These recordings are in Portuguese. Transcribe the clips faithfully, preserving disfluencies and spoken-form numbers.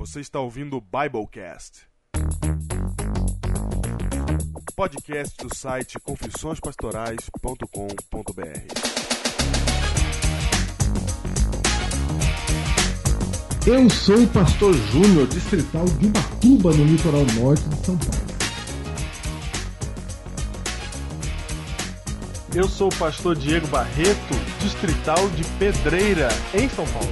Você está ouvindo o Biblecast, podcast do site confissões pastorais ponto com ponto b r. Eu sou o pastor Júnior, distrital de Ubatuba, no litoral norte de São Paulo. Eu sou o pastor Diego Barreto, distrital de Pedreira, em São Paulo.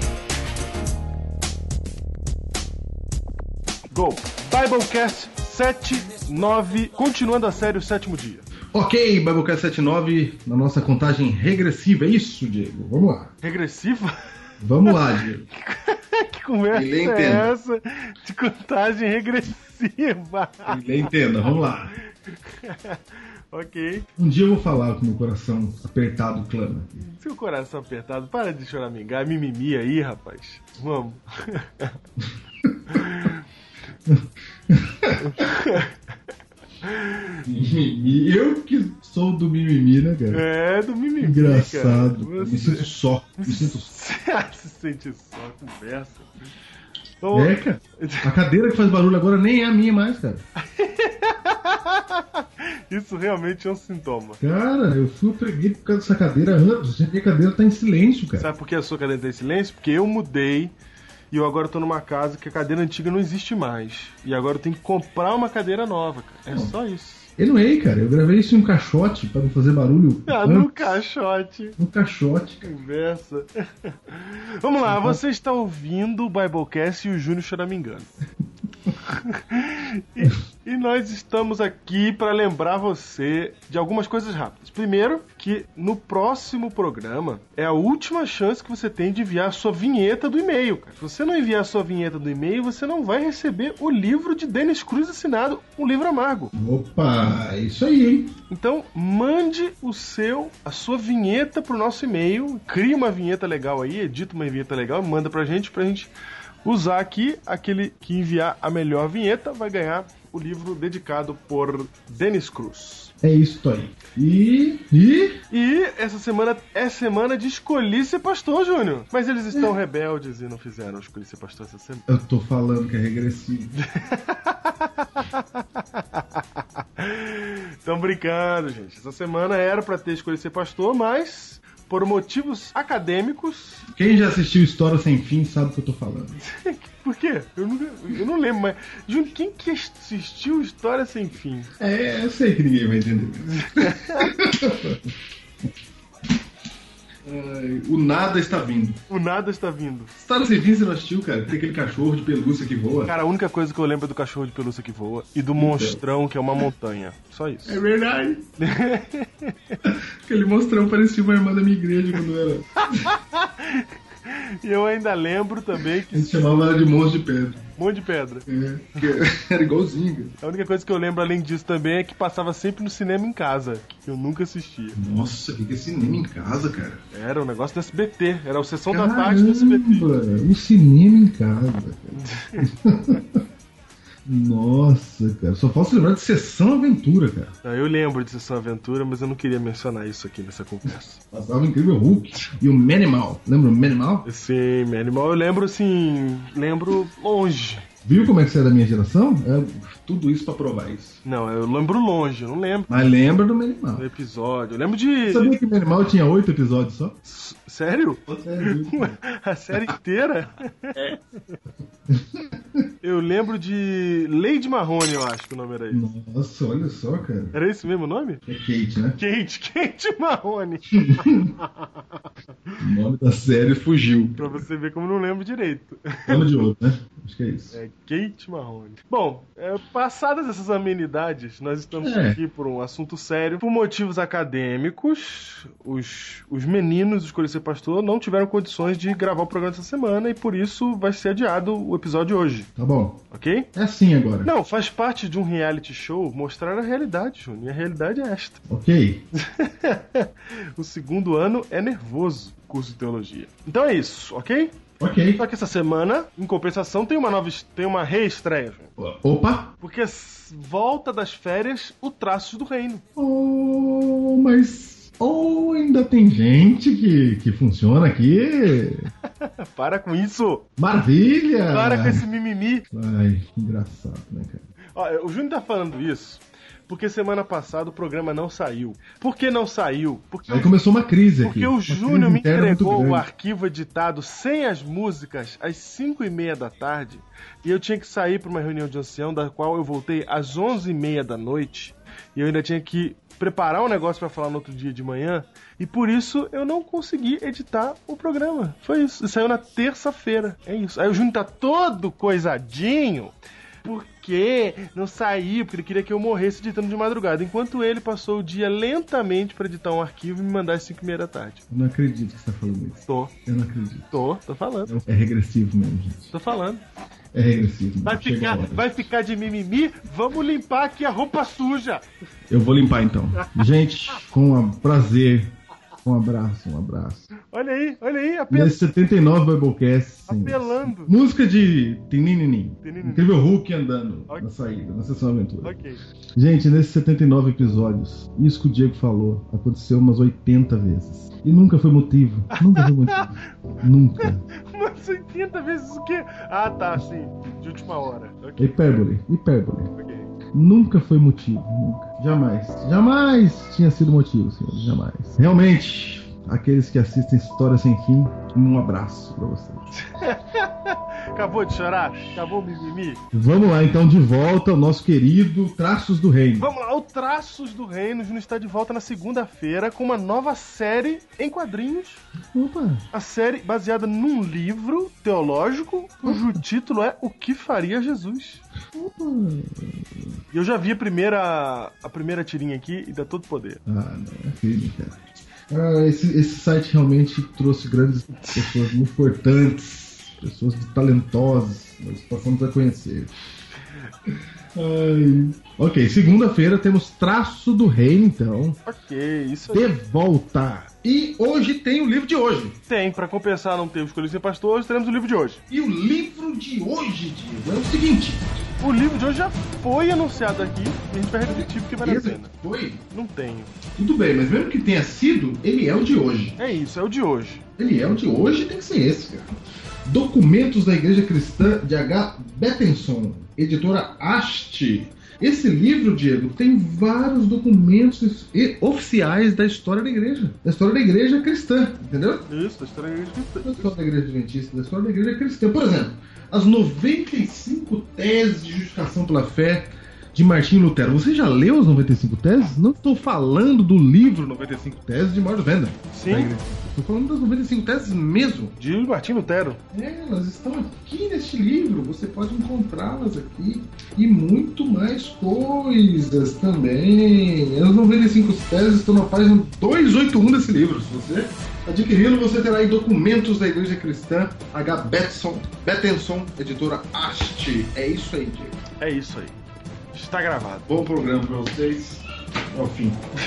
Go! Biblecast setenta e nove, continuando a série o sétimo dia. Ok, Biblecast setenta e nove, na nossa contagem regressiva, é isso, Diego? Vamos lá. Regressiva? Vamos lá, Diego. Que conversa é essa de contagem regressiva? Ele entenda, vamos lá. Ok. Um dia eu vou falar com o meu coração apertado clama. Seu coração apertado, para de choramingar, mimimi aí, rapaz. Vamos. Mimimi. Eu que sou do mimimi, né, cara? É, do mimimi. Engraçado. Cara. Você... Me sinto só. Me sinto só. Se sente só, conversa. Então... É, cara. A cadeira que faz barulho agora nem é a minha mais, cara. Isso realmente é um sintoma. Cara, eu fui oprimido por causa dessa cadeira antes. A minha cadeira tá em silêncio, cara. Sabe por que a sua cadeira tá em silêncio? Porque eu mudei e eu agora tô numa casa que a cadeira antiga não existe mais. E agora eu tenho que comprar uma cadeira nova, cara. É não. Só isso. Anyway, cara, eu gravei isso em um caixote pra não fazer barulho. Ah, antes. No caixote. No caixote, cara. Conversa. Vamos lá, você está ouvindo o Biblecast e o Júnior choramingando. e, e nós estamos aqui para lembrar você de algumas coisas rápidas. Primeiro, que no próximo programa é a última chance que você tem de enviar a sua vinheta do e-mail, cara. Se você não enviar a sua vinheta do e-mail, você não vai receber o livro de Dennis Cruz assinado, Um Livro Amargo. Opa, isso aí, hein? Então, mande o seu, a sua vinheta pro nosso e-mail, cria uma vinheta legal aí, edita uma vinheta legal, manda pra gente, pra gente usar aqui. Aquele que enviar a melhor vinheta vai ganhar o livro dedicado por Dennis Cruz. É isso aí. E... E... E essa semana é semana de Escolhi Ser Pastor, Júnior. Mas eles estão é. rebeldes e não fizeram Escolhi Ser Pastor essa semana. Eu tô falando que é regressivo. Estão brincando, gente. Essa semana era pra ter Escolhi Ser Pastor, mas... por motivos acadêmicos... Quem já assistiu História Sem Fim sabe o que eu tô falando. Por quê? Eu não, eu não lembro, mas... Júnior, quem que assistiu História Sem Fim? É, eu sei que ninguém vai entender. Ai, o nada está vindo. O nada está vindo. História Sem Fim você não assistiu, cara? Tem aquele cachorro de pelúcia que voa. Cara, a única coisa que eu lembro é do cachorro de pelúcia que voa e do monstrão que é uma montanha. Só isso. É verdade. Aquele monstrão parecia uma irmã da minha igreja quando era. E eu ainda lembro também que... a gente chamava ela de Monstro de Pedra. Monte de Pedra. É, era igualzinho, cara. A única coisa que eu lembro além disso também é que passava sempre no cinema em casa, que eu nunca assistia. Nossa, o que é cinema em casa, cara? Era um negócio do S B T, era a sessão Caramba, da tarde do S B T. O cinema em casa, cara. Nossa, cara, só posso lembrar de Sessão Aventura, cara. Não, eu lembro de Sessão Aventura, mas eu não queria mencionar isso aqui nessa conversa. Passava o Incrível Hulk e o Manimal. Lembra o Manimal? Sim, Manimal eu lembro assim, lembro longe. Viu como é que você é da minha geração? É tudo isso pra provar isso. Não, eu lembro longe, eu não lembro. Mas lembra do Manimal. Do episódio, eu lembro de... Você sabia que o Manimal tinha oito episódios só? S- sério? Sério? A série inteira? É. Eu lembro de Lady Marrone, eu acho que o nome era esse. Nossa, olha só, cara. Era esse mesmo o nome? É Kate, né? Kate, Kate Marrone. O nome da série fugiu. Pra você ver como eu não lembro direito. Nome de outro, né? Acho que é isso. É Kate Marrone. Bom, é, passadas essas amenidades, nós estamos é. aqui por um assunto sério. Por motivos acadêmicos, os, os meninos do Escolhi Ser Pastor não tiveram condições de gravar o programa essa semana e por isso vai ser adiado o episódio hoje. Tá bom. Ok? É assim agora. Não, faz parte de um reality show mostrar a realidade, Júnior. E a realidade é esta. Ok. O segundo ano é nervoso, curso de teologia. Então é isso, ok? Ok. Só que essa semana, em compensação, tem uma nova, tem uma reestreia. Opa! Porque volta das férias o Traços do Reino. Oh, mas... Oh, ainda tem gente que, que funciona aqui. Para com isso! Maravilha! Para com esse mimimi! Ai, que engraçado, né, cara? Ó, o Júnior tá falando isso porque semana passada o programa não saiu. Por que não saiu? Porque Aí o... começou uma crise Porque aqui. o Uma Júnior crise me interna muito entregou o grande. arquivo editado sem as músicas às cinco e meia da tarde e eu tinha que sair para uma reunião de ancião, da qual eu voltei às onze e meia da noite e eu ainda tinha que preparar um negócio para falar no outro dia de manhã e por isso eu não consegui editar o programa. Foi isso. E saiu na terça-feira. É isso. Aí o Júnior tá todo coisadinho porque não saiu, porque ele queria que eu morresse editando de madrugada, enquanto ele passou o dia lentamente para editar um arquivo e me mandar às cinco e meia da tarde. Eu não acredito que você tá falando isso. Tô. Eu não acredito. Tô, tô falando. É regressivo mesmo, gente. Tô falando. É regressivo. Vai Chega a ficar, hora. vai ficar de mimimi? Vamos limpar aqui a roupa suja. Eu vou limpar então. Gente, com um prazer. Um abraço, um abraço. Olha aí, olha aí, apelando. Nesse setenta e nove Biblecast. sim. Apelando. Música de Tinininim. Tinininim. Incrível Hulk andando Ok. na saída, na sessão aventura. Ok. Gente, nesses setenta e nove episódios, isso que o Diego falou aconteceu umas oitenta vezes. E nunca foi motivo. Nunca foi motivo. Nunca. Umas oitenta vezes o quê? Ah, tá, sim. De última hora. Ok, Hipérbole, hipérbole. ok. Nunca foi motivo, nunca. Jamais. Jamais tinha sido motivo, senhor. Jamais. Realmente, aqueles que assistem História Sem Fim, um abraço pra vocês. Acabou de chorar? Acabou o mimimi? Vamos lá, então, de volta ao nosso querido Traços do Reino. Vamos lá, o Traços do Reino. O Júnior está de volta na segunda-feira com uma nova série em quadrinhos. Opa! A série baseada num livro teológico cujo título é O que Faria Jesus. Opa! E eu já vi a primeira, a primeira tirinha aqui e dá todo poder. Ah, não, é firme, cara. Ah, esse, esse site realmente trouxe grandes pessoas muito importantes, pessoas talentosas, nós passamos a conhecer. Ai. Ok, segunda-feira temos Traço do Reino, então. Ok, isso aí. De volta. E hoje tem o livro de hoje. Tem, pra compensar não ter escolhido ser pastor, hoje teremos o livro de hoje. E o livro de hoje, Diego, é o seguinte. O livro de hoje já foi anunciado aqui e a gente vai repetir porque vale a Esse pena. foi? Não tenho. Tudo bem, mas mesmo que tenha sido, ele é o de hoje. É isso, é o de hoje. Ele é o de hoje, tem que ser esse, cara. Documentos da Igreja Cristã de H. Bettenson, editora Haste. Esse livro, Diego, tem vários documentos e- oficiais da história da igreja. Da história da igreja cristã, entendeu? Isso, da história da igreja cristã. Da história da igreja adventista, da história da igreja cristã. Por exemplo, as noventa e cinco teses de justificação pela fé de Martinho Lutero. Você já leu as noventa e cinco teses? Não estou falando do livro noventa e cinco teses de Mauro Venda. Sim. Estou falando das noventa e cinco teses mesmo. De Martinho Lutero. É, elas estão aqui neste livro, você pode encontrá-las aqui. E muito mais coisas também. As noventa e cinco teses estão na página duzentos e oitenta e um desse livro. Se você adquiri-lo, você terá aí documentos da Igreja Cristã, H. Bettenson, Bettenson, editora Haste. É isso aí, Diego. É isso aí. Está gravado. Bom programa para vocês. Ao fim.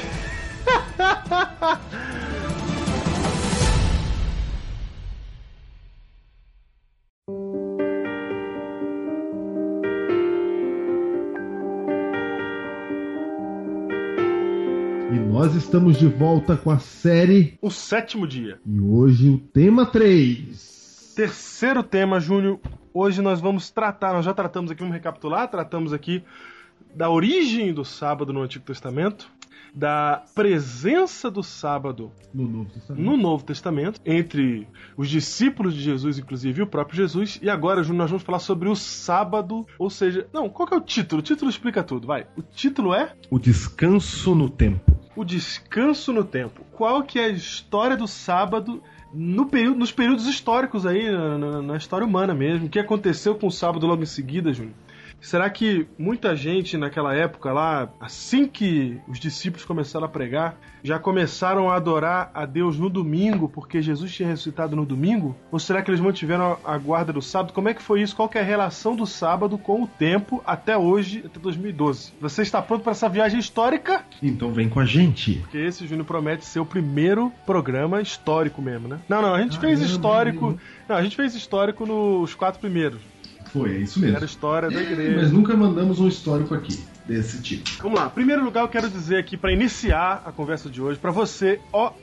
E nós estamos de volta com a série. O sétimo dia. E hoje o tema três. Terceiro tema, Júnior. Hoje nós vamos tratar, nós já tratamos aqui, vamos recapitular, tratamos aqui da origem do sábado no Antigo Testamento, da presença do sábado No Novo Testamento. no Novo Testamento, entre os discípulos de Jesus, inclusive, e o próprio Jesus. E agora, Júnior, nós vamos falar sobre o sábado, ou seja... Não, qual que é o título? O título explica tudo, vai. O título é... O descanso no tempo. O descanso no tempo. Qual que é a história do sábado no período, nos períodos históricos aí, na, na, na história humana mesmo? O que aconteceu com o sábado logo em seguida, Júnior? Será que muita gente naquela época lá, assim que os discípulos começaram a pregar, já começaram a adorar a Deus no domingo, porque Jesus tinha ressuscitado no domingo? Ou será que eles mantiveram a guarda do sábado? Como é que foi isso? Qual que é a relação do sábado com o tempo até hoje, até dois mil e doze? Você está pronto para essa viagem histórica? Então vem com a gente. Porque esse, Júnior, promete ser o primeiro programa histórico mesmo, né? Não, não, a gente Ah, fez não, histórico... não. Não, a gente fez histórico nos quatro primeiros. Foi, é isso mesmo. Era a história da É, igreja. mas nunca mandamos um histórico aqui, desse tipo. Vamos lá. Em primeiro lugar, eu quero dizer aqui, para iniciar a conversa de hoje, para você, ó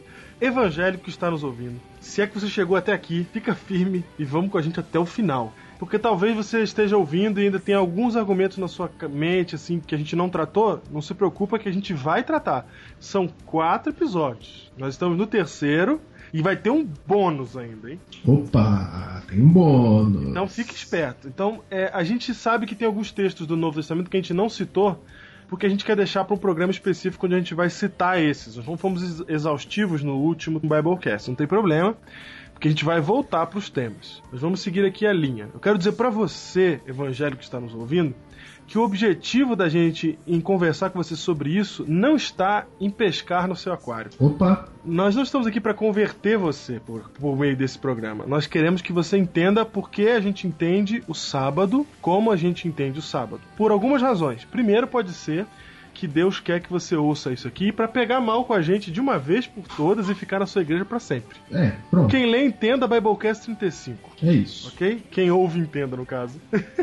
evangélico que está nos ouvindo, se é que você chegou até aqui, fica firme e vamos com a gente até o final. Porque talvez você esteja ouvindo e ainda tenha alguns argumentos na sua mente, assim, que a gente não tratou. Não se preocupa que a gente vai tratar. São quatro episódios. Nós estamos no terceiro e vai ter um bônus ainda, hein? Opa, tem um bônus. Então fique esperto. Então, é, a gente sabe que tem alguns textos do Novo Testamento que a gente não citou, porque a gente quer deixar para um programa específico onde a gente vai citar esses. Nós não fomos exaustivos no último Biblecast, não tem problema, porque a gente vai voltar para os temas. Nós vamos seguir aqui a linha. Eu quero dizer para você, evangélico que está nos ouvindo, que o objetivo da gente em conversar com você sobre isso não está em pescar no seu aquário. Opa! Nós não estamos aqui para converter você por, por meio desse programa. Nós queremos que você entenda por que a gente entende o sábado, como a gente entende o sábado. Por algumas razões. Primeiro, pode ser que Deus quer que você ouça isso aqui para pegar mal com a gente de uma vez por todas e ficar na sua igreja para sempre. É, pronto. Quem lê, entenda Biblecast trinta e cinco. É isso. Ok? Quem ouve, entenda, no caso.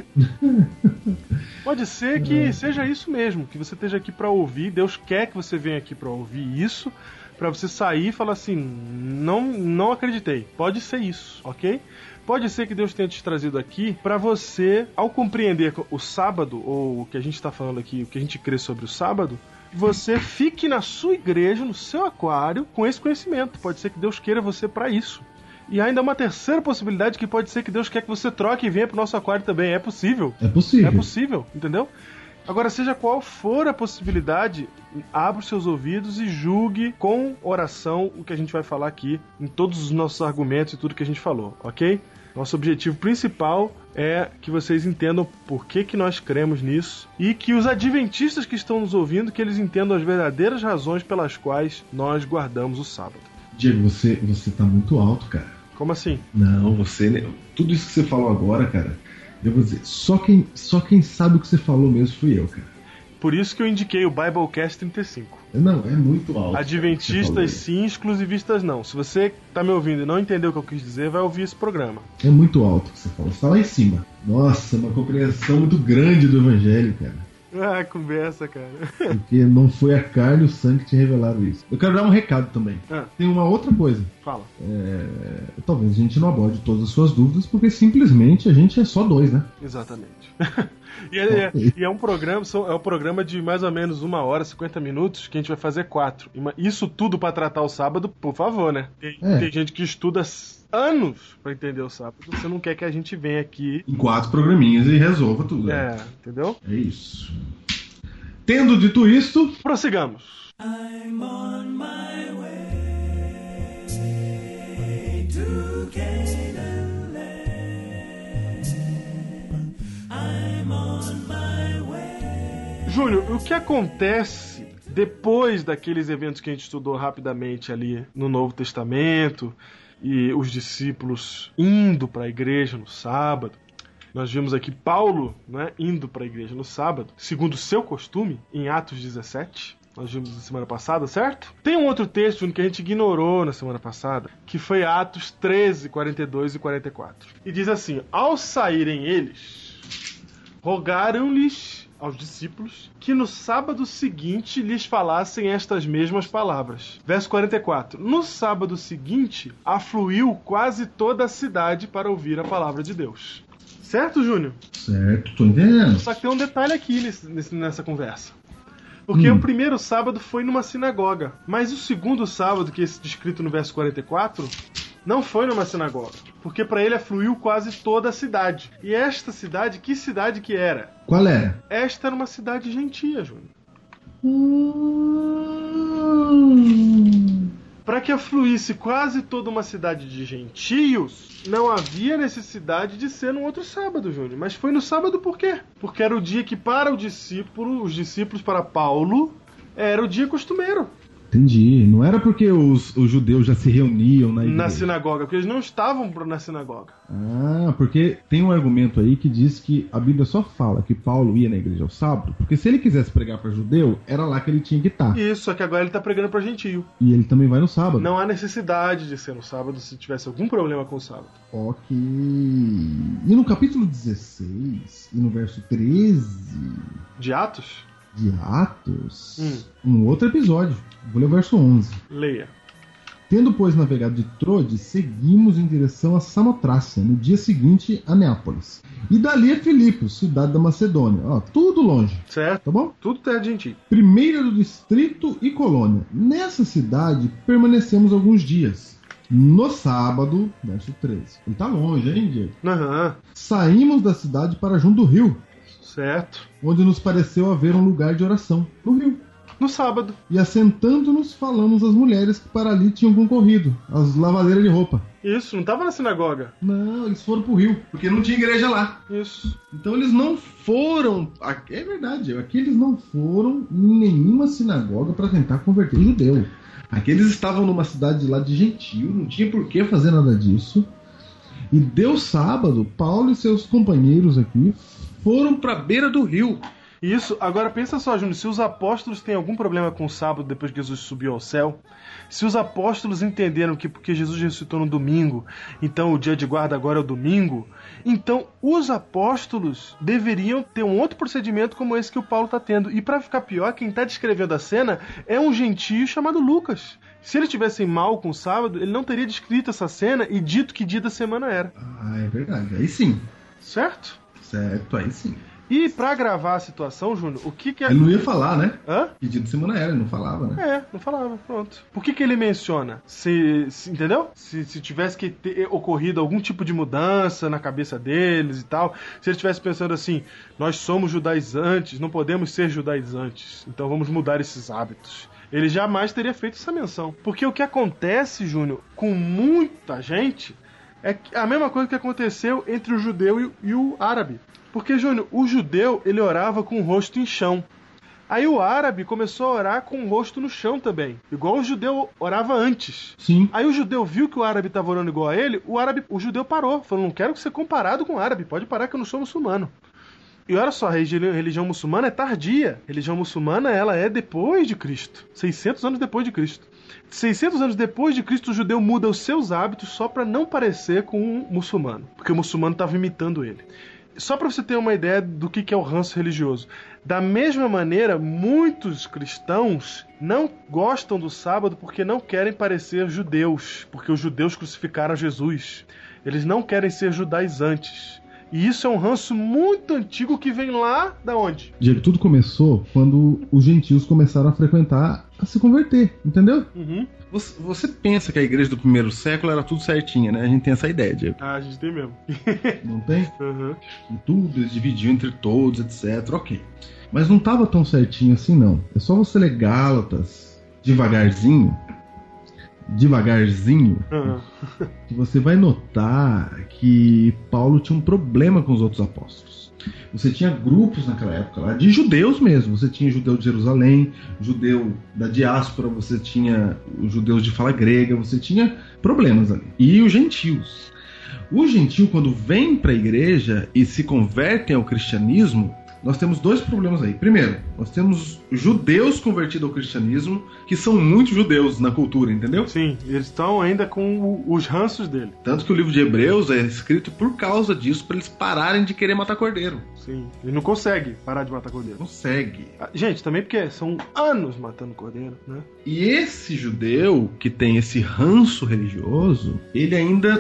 Pode ser que é. seja isso mesmo, que você esteja aqui para ouvir. Deus quer que você venha aqui para ouvir isso, para você sair e falar assim, não, não acreditei. Pode ser isso, ok? Pode ser que Deus tenha te trazido aqui para você, ao compreender o sábado, ou o que a gente está falando aqui, o que a gente crê sobre o sábado, você fique na sua igreja, no seu aquário, com esse conhecimento. Pode ser que Deus queira você para isso. E ainda uma terceira possibilidade, que pode ser que Deus quer que você troque e venha pro nosso aquário também. É possível. É possível. É possível, entendeu? Agora, seja qual for a possibilidade, abra os seus ouvidos e julgue com oração o que a gente vai falar aqui, em todos os nossos argumentos e tudo que a gente falou, ok? Nosso objetivo principal é que vocês entendam por que, que nós cremos nisso e que os adventistas que estão nos ouvindo, que eles entendam as verdadeiras razões pelas quais nós guardamos o sábado. Diego, você, você tá muito alto, cara. Como assim? Não, você... Tudo isso que você falou agora, cara, eu vou dizer, só quem, só quem sabe o que você falou mesmo fui eu, cara. Por isso que eu indiquei o Biblecast trinta e cinco. Não, é muito alto. Adventistas sim, exclusivistas não. Se você tá me ouvindo e não entendeu o que eu quis dizer, vai ouvir esse programa. É muito alto o que você falou. Você tá lá em cima. Nossa, uma compreensão muito grande do evangelho, cara. Ah, conversa, cara. Porque não foi a carne e o sangue que te revelaram isso. Eu quero dar um recado também. Ah. Tem uma outra coisa. Fala. É... Talvez a gente não aborde todas as suas dúvidas, porque simplesmente a gente é só dois, né? Exatamente. E é, é, e é um programa, é um programa de mais ou menos uma hora, cinquenta minutos, que a gente vai fazer quatro. Isso tudo pra tratar o sábado, por favor, né? Tem, é. tem gente que estuda anos pra entender o sábado. Você não quer que a gente venha aqui em quatro programinhas e resolva tudo. É, né? Entendeu? É isso. Tendo dito isto, prossigamos. I'm on my way to Canaan land. I'm on my way. Júnior, o que acontece depois daqueles eventos que a gente estudou rapidamente ali no Novo Testamento e os discípulos indo para a igreja no sábado? Nós vimos aqui Paulo, né, indo para a igreja no sábado, segundo o seu costume, em Atos dezessete. Nós vimos na semana passada, certo? Tem um outro texto que a gente ignorou na semana passada, que foi Atos treze, quarenta e dois e quarenta e quatro. E diz assim: ao saírem eles, rogaram-lhes aos discípulos que no sábado seguinte lhes falassem estas mesmas palavras. Verso quarenta e quatro. No sábado seguinte, afluiu quase toda a cidade para ouvir a palavra de Deus. Certo, Júnior? Certo, tô entendendo. Só que tem um detalhe aqui nesse, nesse, nessa conversa. Porque hum. o primeiro sábado foi numa sinagoga. Mas o segundo sábado, que é descrito no verso quarenta e quatro, não foi numa sinagoga. Porque para ele afluiu quase toda a cidade. E esta cidade, que cidade que era? Qual era? Esta era uma cidade gentia, Júnior. Hum. Para que afluísse quase toda uma cidade de gentios, não havia necessidade de ser no outro sábado, Júnior. Mas foi no sábado por quê? Porque era o dia que para o discípulo, os discípulos para Paulo, era o dia costumeiro. Entendi. Não era porque os, os judeus já se reuniam na igreja. Na sinagoga, porque eles não estavam na sinagoga. Ah, porque tem um argumento aí que diz que a Bíblia só fala que Paulo ia na igreja ao sábado, porque se ele quisesse pregar para judeu, era lá que ele tinha que estar. Isso, só que agora ele está pregando para gentio. E ele também vai no sábado. Não há necessidade de ser no sábado se tivesse algum problema com o sábado. Ok. E no capítulo dezesseis, e no verso treze... De Atos? De Atos? Hum. Um outro episódio. Vou ler o verso onze. Leia. Tendo, pois, navegado de Trode, seguimos em direção a Samotrácia, no dia seguinte a Neápolis. E dali a Filipos, cidade da Macedônia. Ó, tudo longe, Certo. tá bom? Tudo terra de gentil. Primeira do distrito e colônia. Nessa cidade permanecemos alguns dias. No sábado, verso treze. Ele tá longe, hein, Diego? Aham. Saímos da cidade para junto do rio, Certo. onde nos pareceu haver um lugar de oração. No rio. No sábado. E assentando-nos, falamos às mulheres que para ali tinham concorrido, as lavadeiras de roupa. Isso, não tava na sinagoga. Não, eles foram pro rio, porque não tinha igreja lá. Isso. Então eles não foram. É verdade, aqui eles não foram em nenhuma sinagoga para tentar converter judeu. Aqui eles estavam numa cidade lá de gentil, não tinha por que fazer nada disso. E deu sábado, Paulo e seus companheiros aqui foram para a beira do rio. Isso, agora pensa só, Júnior, se os apóstolos têm algum problema com o sábado depois que Jesus subiu ao céu, se os apóstolos entenderam que porque Jesus ressuscitou no domingo, então o dia de guarda agora é o domingo, então os apóstolos deveriam ter um outro procedimento como esse que o Paulo está tendo. E para ficar pior, quem está descrevendo a cena é um gentio chamado Lucas. Se eles tivessem mal com o sábado, ele não teria descrito essa cena e dito que dia da semana era. Ah, é verdade, aí sim. Certo? Certo, aí sim. E pra gravar a situação, Júnior, o que que é... Ele não ia falar, né? Hã? Que dia de semana era, ele não falava, né? É, não falava, pronto. Por que que ele menciona? Se, se- entendeu? Se, se tivesse que ter ocorrido algum tipo de mudança na cabeça deles e tal, se ele estivesse pensando assim, nós somos judaizantes, não podemos ser judaizantes, então vamos mudar esses hábitos. Ele jamais teria feito essa menção. Porque o que acontece, Júnior, com muita gente, é que- a mesma coisa que aconteceu entre o judeu e, o- e o árabe. Porque, Júnior, o judeu, ele orava com o rosto em chão. Aí o árabe começou a orar com o rosto no chão também. Igual o judeu orava antes. Sim. Aí o judeu viu que o árabe estava orando igual a ele, o árabe, o judeu parou. Falou, não quero ser comparado com o árabe, pode parar que eu não sou muçulmano. E olha só, a religião, a religião muçulmana é tardia. A religião muçulmana, ela é depois de Cristo. seiscentos anos depois de Cristo. seiscentos anos depois de Cristo, o judeu muda os seus hábitos só para não parecer com um muçulmano. Porque o muçulmano estava imitando ele. Só para você ter uma ideia do que é o ranço religioso. Da mesma maneira, muitos cristãos não gostam do sábado porque não querem parecer judeus. Porque os judeus crucificaram Jesus. Eles não querem ser judaizantes. E isso é um ranço muito antigo que vem lá da onde? Diego, tudo começou quando os gentios começaram a frequentar, a se converter, entendeu? Uhum. Você, você pensa que a igreja do primeiro século era tudo certinha, né? A gente tem essa ideia, Diego. Ah, a gente tem mesmo. Não tem? Uhum. E tudo, eles dividiam entre todos, etcétera. Ok. Mas não estava tão certinho assim, não. É só você ler Gálatas devagarzinho, devagarzinho, Uhum. que você vai notar que Paulo tinha um problema com os outros apóstolos. Você tinha grupos naquela época lá, de judeus mesmo. Você tinha judeu de Jerusalém, judeu da diáspora, você tinha os judeus de fala grega, você tinha problemas ali. E os gentios. O gentio, quando vem para a igreja e se convertem ao cristianismo, nós temos dois problemas aí. Primeiro, nós temos judeus convertidos ao cristianismo, que são muitos judeus na cultura, entendeu? Sim, eles estão ainda com o- os ranços dele. Tanto que o livro de Hebreus é escrito por causa disso, para eles pararem de querer matar cordeiro. Sim, ele não consegue parar de matar cordeiro. Consegue. Ah, gente, também porque são anos matando cordeiro, né? E esse judeu que tem esse ranço religioso, ele ainda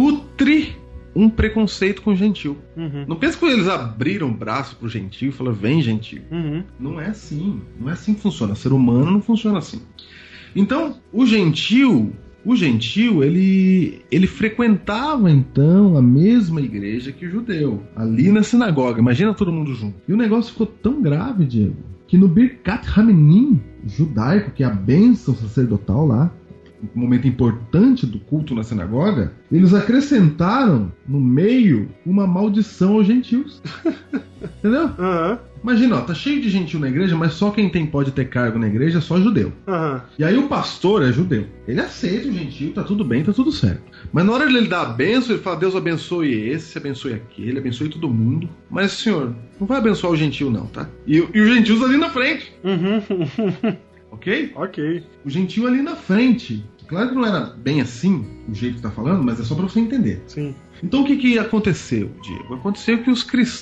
nutre um preconceito com o gentil. Uhum. Não pensa que eles abriram o braço pro gentil e falaram, vem gentil. Uhum. Não é assim. Não é assim que funciona. Ser humano não funciona assim. Então, o gentil, o gentil, ele, ele frequentava então a mesma igreja que o judeu, ali na sinagoga. Imagina todo mundo junto. E o negócio ficou tão grave, Diego, que no Birkat Haminim judaico, que é a bênção sacerdotal lá, um momento importante do culto na sinagoga, eles acrescentaram no meio uma maldição aos gentios. Entendeu? Aham. Imagina, ó, tá cheio de gentil na igreja, mas só quem tem pode ter cargo na igreja é só judeu. Aham. E aí o pastor é judeu. Ele aceita o gentil, tá tudo bem, tá tudo certo. Mas na hora de ele dar a bênção, ele fala, Deus abençoe esse, abençoe aquele, abençoe todo mundo. Mas, senhor, não vai abençoar o gentil não, tá? E, e os gentios ali na frente, Uhum. ok? Ok. O gentil ali na frente. Claro que não era bem assim, o jeito que tá falando, mas é só pra você entender. Sim. Então o que que aconteceu, Diego? Aconteceu que os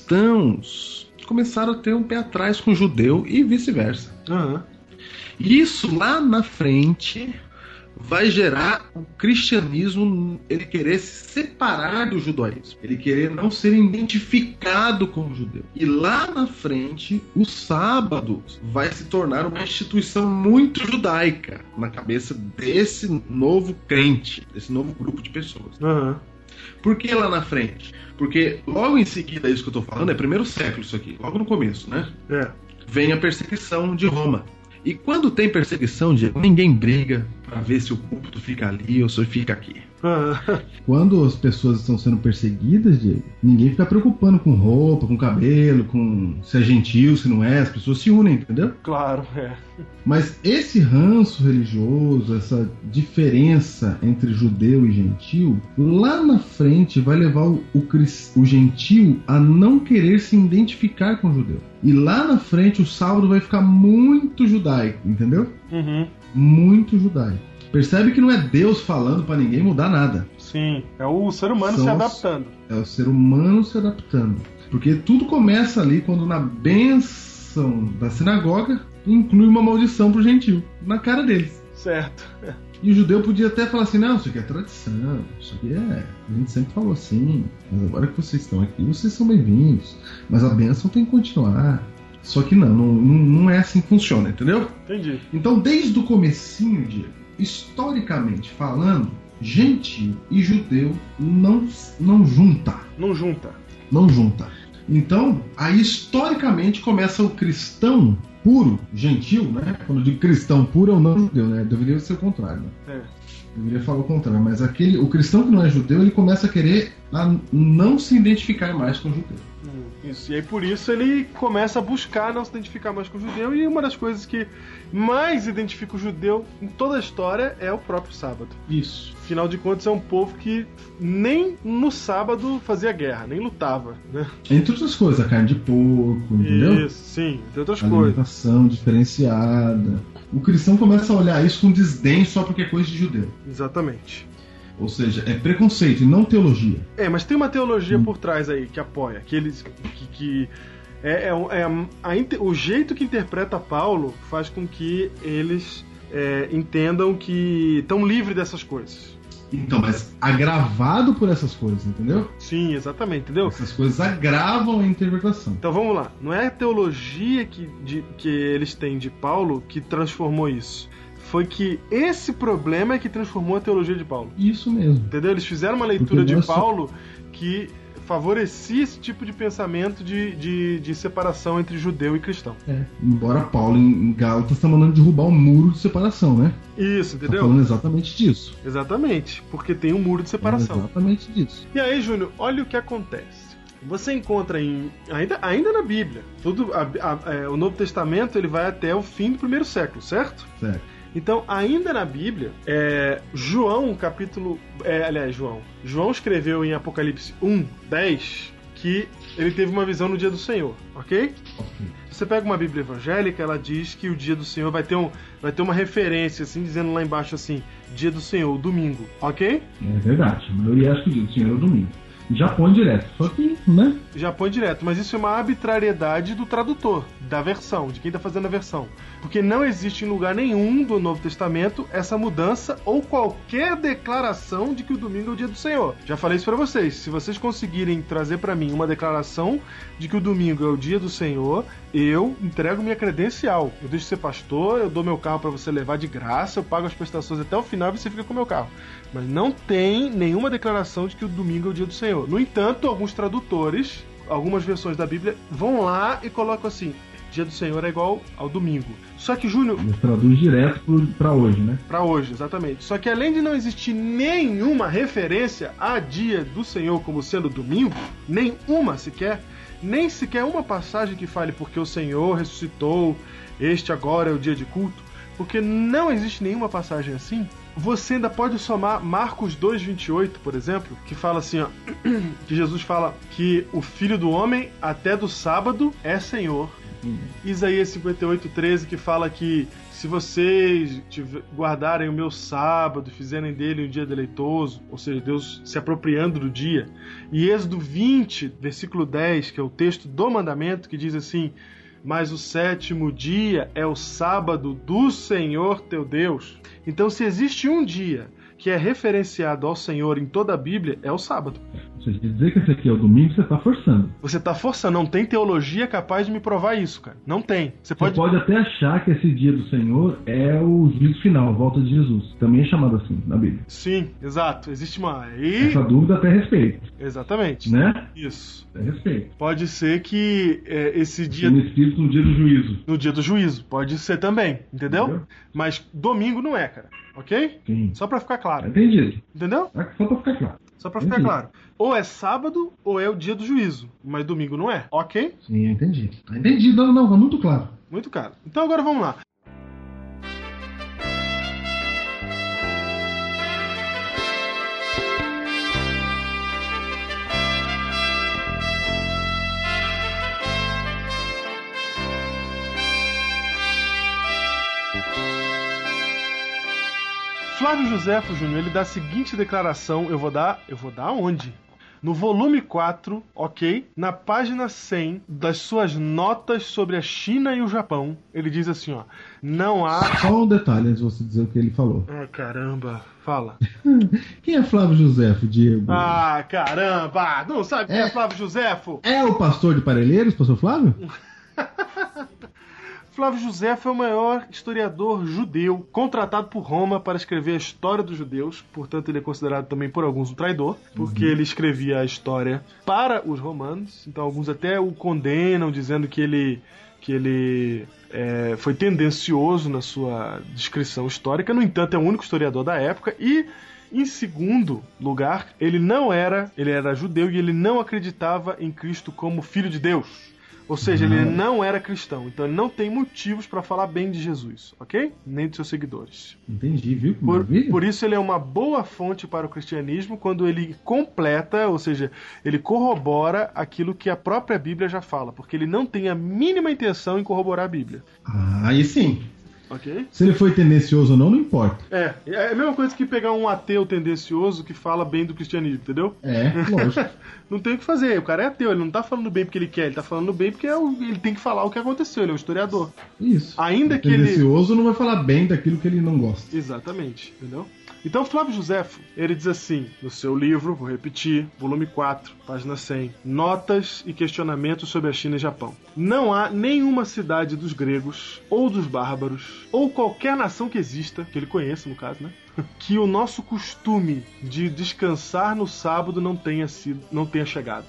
cristãos começaram a ter um pé atrás com o judeu e vice-versa. Aham. E isso lá na frente vai gerar o cristianismo, ele querer se separar do judaísmo, ele querer não ser identificado com o judeu. E lá na frente, o sábado vai se tornar uma instituição muito judaica na cabeça desse novo crente, desse novo grupo de pessoas. Uhum. Por que lá na frente? Porque logo em seguida, isso que eu tô falando, é primeiro século isso aqui, logo no começo, né? É. Vem a perseguição de Roma. E quando tem perseguição, Diego, ninguém briga pra ver se o púlpito fica ali ou se fica aqui. Uhum. Quando as pessoas estão sendo perseguidas, Diego, ninguém fica preocupando com roupa, com cabelo, com se é gentil, se não é. As pessoas se unem, entendeu? Claro, é. Mas esse ranço religioso, essa diferença entre judeu e gentil, lá na frente vai levar o, o, o gentil a não querer se identificar com o judeu. E lá na frente o sábado vai ficar muito judaico, entendeu? Uhum. Muito judaico. Percebe que não é Deus falando pra ninguém mudar nada. Sim, é o ser humano São se os- adaptando. É o ser humano se adaptando. Porque tudo começa ali quando na bênção da sinagoga inclui uma maldição pro gentil, na cara deles. Certo. E o judeu podia até falar assim, não, isso aqui é tradição, isso aqui é... A gente sempre falou assim, mas agora que vocês estão aqui, vocês são bem-vindos. Mas a bênção tem que continuar. Só que não, não, não é assim que funciona, entendeu? Entendi. Então, desde o comecinho, Diego, historicamente falando, gentil e judeu não, não junta. Não junta. Não junta. Então, aí historicamente começa o cristão puro, gentil, né? Quando eu digo cristão puro é o não judeu, né? Deveria ser o contrário, né? É. Deveria falar o contrário, mas aquele, o cristão que não é judeu, ele começa a querer a não se identificar mais com o judeu. Hum, Isso. E aí por isso ele começa a buscar não se identificar mais com o judeu. E uma das coisas que mais identifica o judeu em toda a história é o próprio sábado. Isso. Afinal de contas, é um povo que nem no sábado fazia guerra, nem lutava, né? Entre outras coisas, a carne de porco, entendeu? Isso, sim, entre outras A coisas. alimentação diferenciada. O cristão começa a olhar isso com desdém só porque é coisa de judeu. Exatamente. Ou seja, é preconceito e não teologia. É, mas tem uma teologia Hum. por trás aí que apoia, que eles. que, que é, é, é a- a inte- o jeito que interpreta Paulo faz com que eles é, entendam que estão livres dessas coisas. Então, mas agravado por essas coisas, entendeu? Sim, exatamente, entendeu? Essas coisas agravam a interpretação. Então vamos lá, não é a teologia que, de- que eles têm de Paulo que transformou isso. Foi que esse problema é que transformou a teologia de Paulo. Isso mesmo. Entendeu? Eles fizeram uma leitura Porque de nós só- Paulo que favorecia esse tipo de pensamento de, de, de separação entre judeu e cristão. É. Embora Paulo em Gálatas está mandando derrubar um muro de separação, né? Isso, Tá entendeu? falando exatamente disso. Exatamente, porque tem um muro de separação. Exatamente disso. E aí, Júnior, olha o que acontece. Você encontra em ainda, ainda na Bíblia, tudo a- a- é, o Novo Testamento ele vai até o fim do primeiro século, certo? Certo. Então, ainda na Bíblia, é, João, capítulo. É, aliás, João. João escreveu em Apocalipse um, dez que ele teve uma visão no dia do Senhor, ok? Ok. Você pega uma Bíblia evangélica, ela diz que o dia do Senhor vai ter, um, vai ter uma referência, assim, dizendo lá embaixo assim: dia do Senhor, domingo, ok? É verdade. A maioria acha que o dia do Senhor é o domingo. Já põe direto. Só que, né? Já põe direto, mas isso é uma arbitrariedade do tradutor, da versão, de quem está fazendo a versão. Porque não existe em lugar nenhum do Novo Testamento essa mudança ou qualquer declaração de que o domingo é o dia do Senhor. Já falei isso para vocês. Se vocês conseguirem trazer para mim uma declaração de que o domingo é o dia do Senhor, eu entrego minha credencial. Eu deixo de ser pastor, eu dou meu carro para você levar de graça, eu pago as prestações até o final e você fica com o meu carro. Mas não tem nenhuma declaração de que o domingo é o dia do Senhor. No entanto, alguns tradutores, algumas versões da Bíblia, vão lá e colocam assim: dia do Senhor é igual ao domingo. Só que, Júnior, Ele traduz direto pro- pra hoje, né? para hoje, exatamente. Só que além de não existir nenhuma referência a dia do Senhor como sendo domingo, nenhuma sequer, nem sequer uma passagem que fale porque o Senhor ressuscitou, este agora é o dia de culto, porque não existe nenhuma passagem assim. Você ainda pode somar Marcos dois, vinte e oito, por exemplo, que fala assim, ó, que Jesus fala que o Filho do Homem até do sábado é Senhor. Isaías cinquenta e oito, treze, que fala que se vocês tiver- guardarem o meu sábado e fizerem dele um dia deleitoso, ou seja, Deus se apropriando do dia. E Êxodo vinte, versículo dez, que é o texto do mandamento, que diz assim: mas o sétimo dia é o sábado do Senhor teu Deus. Então, se existe um dia que é referenciado ao Senhor em toda a Bíblia, é o sábado. Ou seja, dizer que esse aqui é o domingo, você está forçando. Você está forçando, não tem teologia capaz de me provar isso, cara. Não tem. Você Você pode... pode até achar que esse dia do Senhor é o juízo final, a volta de Jesus. Também é chamado assim na Bíblia. Sim, exato. Existe uma... E... Essa dúvida até respeito, Exatamente. né? Isso. Até respeito. Pode ser que é, esse dia... No espírito no dia do juízo. No dia do juízo. Pode ser também, entendeu? Entendeu? Mas domingo não é, cara. Ok? Sim. Só pra ficar claro. Entendido. Entendeu? Só pra ficar claro. Só pra ficar Entendi. claro. Ou é sábado ou é o dia do juízo. Mas domingo não é. Ok? Sim, eu entendi. Entendi, não, não, tá muito claro. Muito caro. Então agora vamos lá. Flávio Josefo Júnior, ele dá a seguinte declaração, eu vou dar, eu vou dar onde? No volume quatro, ok? Na página cem das suas notas sobre a China e o Japão, ele diz assim, ó, não há... Só um detalhe antes de você dizer o que ele falou. Ah, caramba, fala. Quem é Flávio Josefo, Diego? Ah, caramba, não sabe quem é, É. Flávio Josefo? É o pastor de Parelheiros, pastor Flávio? Flávio Josefo é o maior historiador judeu contratado por Roma para escrever a história dos judeus, portanto ele é considerado também por alguns um traidor, porque ele escrevia a história para os romanos, então alguns até o condenam, dizendo que ele, que ele é, foi tendencioso na sua descrição histórica, no entanto é o único historiador da época e... Em segundo lugar, ele não era, ele era judeu e ele não acreditava em Cristo como filho de Deus. Ou seja, ele não era cristão, então ele não tem motivos para falar bem de Jesus, ok? Nem de seus seguidores. Entendi, viu? Que Por, maravilha. por isso ele é uma boa fonte para o cristianismo quando ele completa, ou seja, ele corrobora aquilo que a própria Bíblia já fala, porque ele não tem a mínima intenção em corroborar a Bíblia, Ah, aí sim. ok? Se ele foi tendencioso ou não, não importa. É, é a mesma coisa que pegar um ateu tendencioso que fala bem do cristianismo, entendeu? É, lógico. Não tem o que fazer, o cara é ateu, ele não tá falando bem porque ele quer, ele tá falando bem porque é o- ele tem que falar o que aconteceu, ele é um historiador. Isso. Ainda O que ele... tendencioso não vai falar bem daquilo que ele não gosta. Exatamente, entendeu? Então Flávio Josefo, ele diz assim, no seu livro, vou repetir, volume quatro, página cem, Notas e questionamentos sobre a China e Japão. Não há nenhuma cidade dos gregos, ou dos bárbaros, ou qualquer nação que exista, que ele conheça no caso, né? Que o nosso costume de descansar no sábado não tenha sido, não tenha chegado.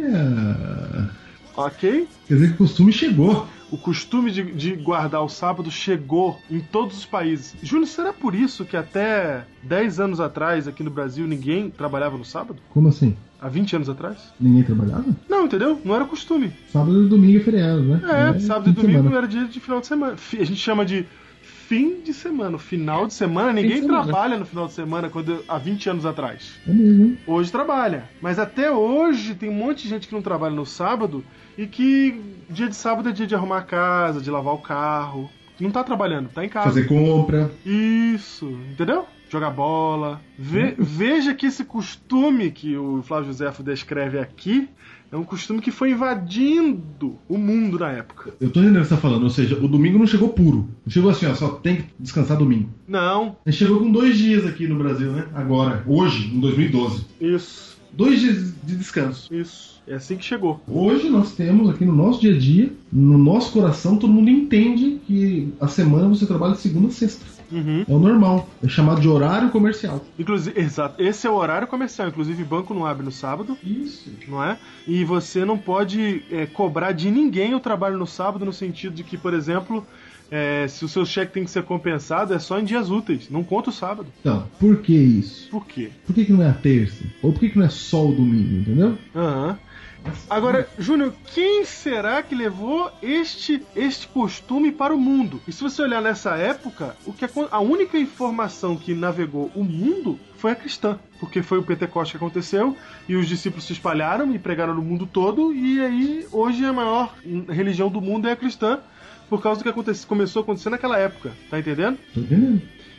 Olha... Ok? Quer dizer que o costume chegou. O costume de, de guardar o sábado chegou em todos os países. Júnior, será por isso que até dez anos atrás, aqui no Brasil, ninguém trabalhava no sábado? Como assim? Há vinte anos atrás? Ninguém trabalhava? Não, entendeu? Não era costume. Sábado e domingo é feriado, né? É, sábado e fim de domingo semana. era dia de final de semana. Fi- A gente chama de fim de semana. Final de semana, ninguém de semana. trabalha no final de semana quando, há vinte anos atrás. É mesmo, hein? Hoje trabalha. Mas até hoje tem um monte de gente que não trabalha no sábado e que dia de sábado é dia de arrumar a casa, de lavar o carro. Não tá trabalhando, tá em casa. Fazer compra. Isso, entendeu? Jogar bola. Ve- veja que esse costume que o Flávio Josefo descreve aqui é um costume que foi invadindo o mundo na época. Eu tô entendendo o que você tá falando, ou seja, o domingo não chegou puro. Não chegou assim, ó, só tem que descansar domingo. Não, A gente chegou com dois dias aqui no Brasil, né? Agora, hoje, em dois mil e doze. isso, Dois dias de descanso. isso. É assim que chegou. Hoje nós temos aqui no nosso dia a dia, no nosso coração, todo mundo entende que a semana você trabalha de segunda a sexta. Uhum. É o normal. É chamado de horário comercial. Inclusive, exato. Esse é o horário comercial. Inclusive, banco não abre no sábado, Isso. não é? E você não pode é, cobrar de ninguém o trabalho no sábado, no sentido de que, por exemplo, é, se o seu cheque tem que ser compensado, é só em dias úteis. Não conta o sábado. Então, por que isso? Por quê? Por que, que não é a terça? Ou por que, que não é só o domingo, entendeu? Aham. Agora, Júnior, quem será que levou este, este costume para o mundo? E se você olhar nessa época, o que a, a única informação que navegou o mundo foi a cristã. Porque foi o Pentecoste que aconteceu e os discípulos se espalharam e pregaram no mundo todo. E aí, hoje, a maior religião do mundo é a cristã, por causa do que acontece, começou a acontecer naquela época. Tá entendendo? Tô entendendo.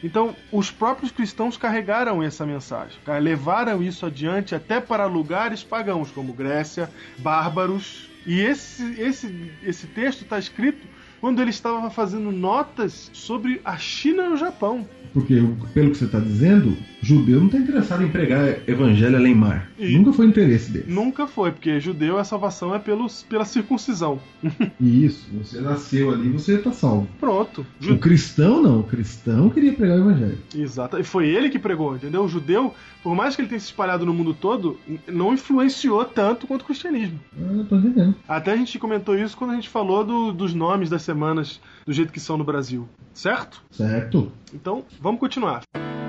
Então, os próprios cristãos carregaram essa mensagem, levaram isso adiante até para lugares pagãos, como Grécia, bárbaros. E esse, esse, esse texto está escrito quando ele estava fazendo notas sobre a China e o Japão. Porque, pelo que você está dizendo, judeu não está interessado em pregar evangelho além mar. E nunca foi interesse dele. Nunca foi, porque judeu a salvação é pelos, pela circuncisão. Isso, você nasceu ali, você está salvo. Pronto. O cristão não, o cristão queria pregar o evangelho. Exato, e foi ele que pregou, entendeu? O judeu, por mais que ele tenha se espalhado no mundo todo, não influenciou tanto quanto o cristianismo. Ah, tô entendendo. Até a gente comentou isso quando a gente falou do, dos nomes das semanas do jeito que são no Brasil, certo? Certo. Então, vamos continuar.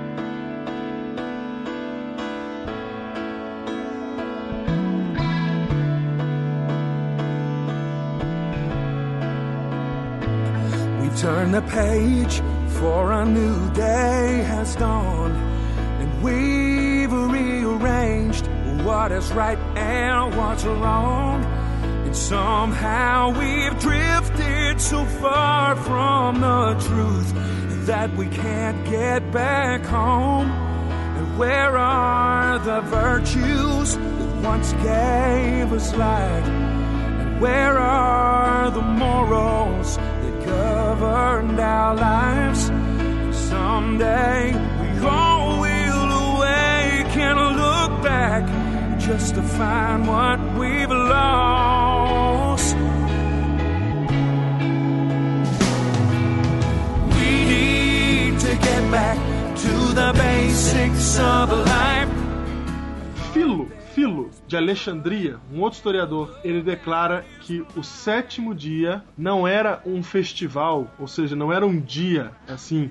We turn the page, for a new day has dawned, and we've rearranged what is right and what's wrong. And somehow we've drifted so far from the truth that we can't get back home. And where are the virtues that once gave us light? And where are the morals that governed our lives? And someday we all will awake and look back just to find what we've lost. We need to get back to the basics of life. Filo, Filo de Alexandria, um outro historiador, ele declara que o sétimo dia não era um festival, ou seja, não era um dia assim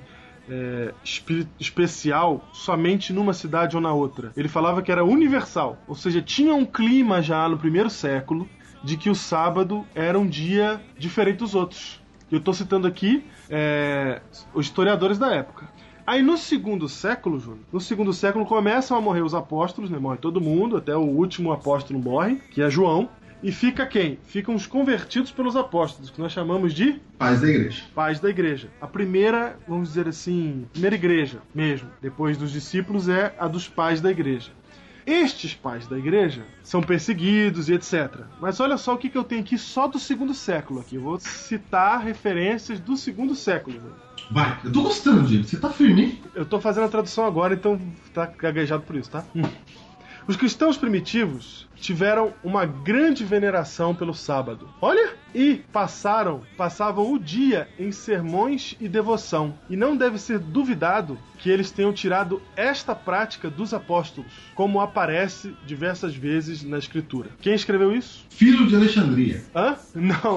É, espe- especial somente numa cidade ou na outra. Ele falava que era universal, ou seja, tinha um clima já no primeiro século de que o sábado era um dia diferente dos outros. Eu estou citando aqui é, os historiadores da época. Aí no segundo século, Júnior, no segundo século começam a morrer os apóstolos, né? Morre todo mundo, até o último apóstolo morre, que é João. E fica quem? Ficam os convertidos pelos apóstolos, que nós chamamos de Pais da igreja. pais da igreja. A primeira, vamos dizer assim, primeira igreja mesmo, depois dos discípulos, é a dos pais da igreja. Estes pais da igreja são perseguidos e etcétera. Mas olha só o que eu tenho aqui só do segundo século. Aqui. Eu vou citar referências do segundo século. Vai, eu tô gostando, Diego. Você tá firme, hein? Eu tô fazendo a tradução agora, então tá gaguejado por isso, tá? Hum. Os cristãos primitivos tiveram uma grande veneração pelo sábado. Olha! E passaram, passavam o dia em sermões e devoção. E não deve ser duvidado que eles tenham tirado esta prática dos apóstolos, como aparece diversas vezes na Escritura. Quem escreveu isso? Filo de Alexandria. Hã? Não.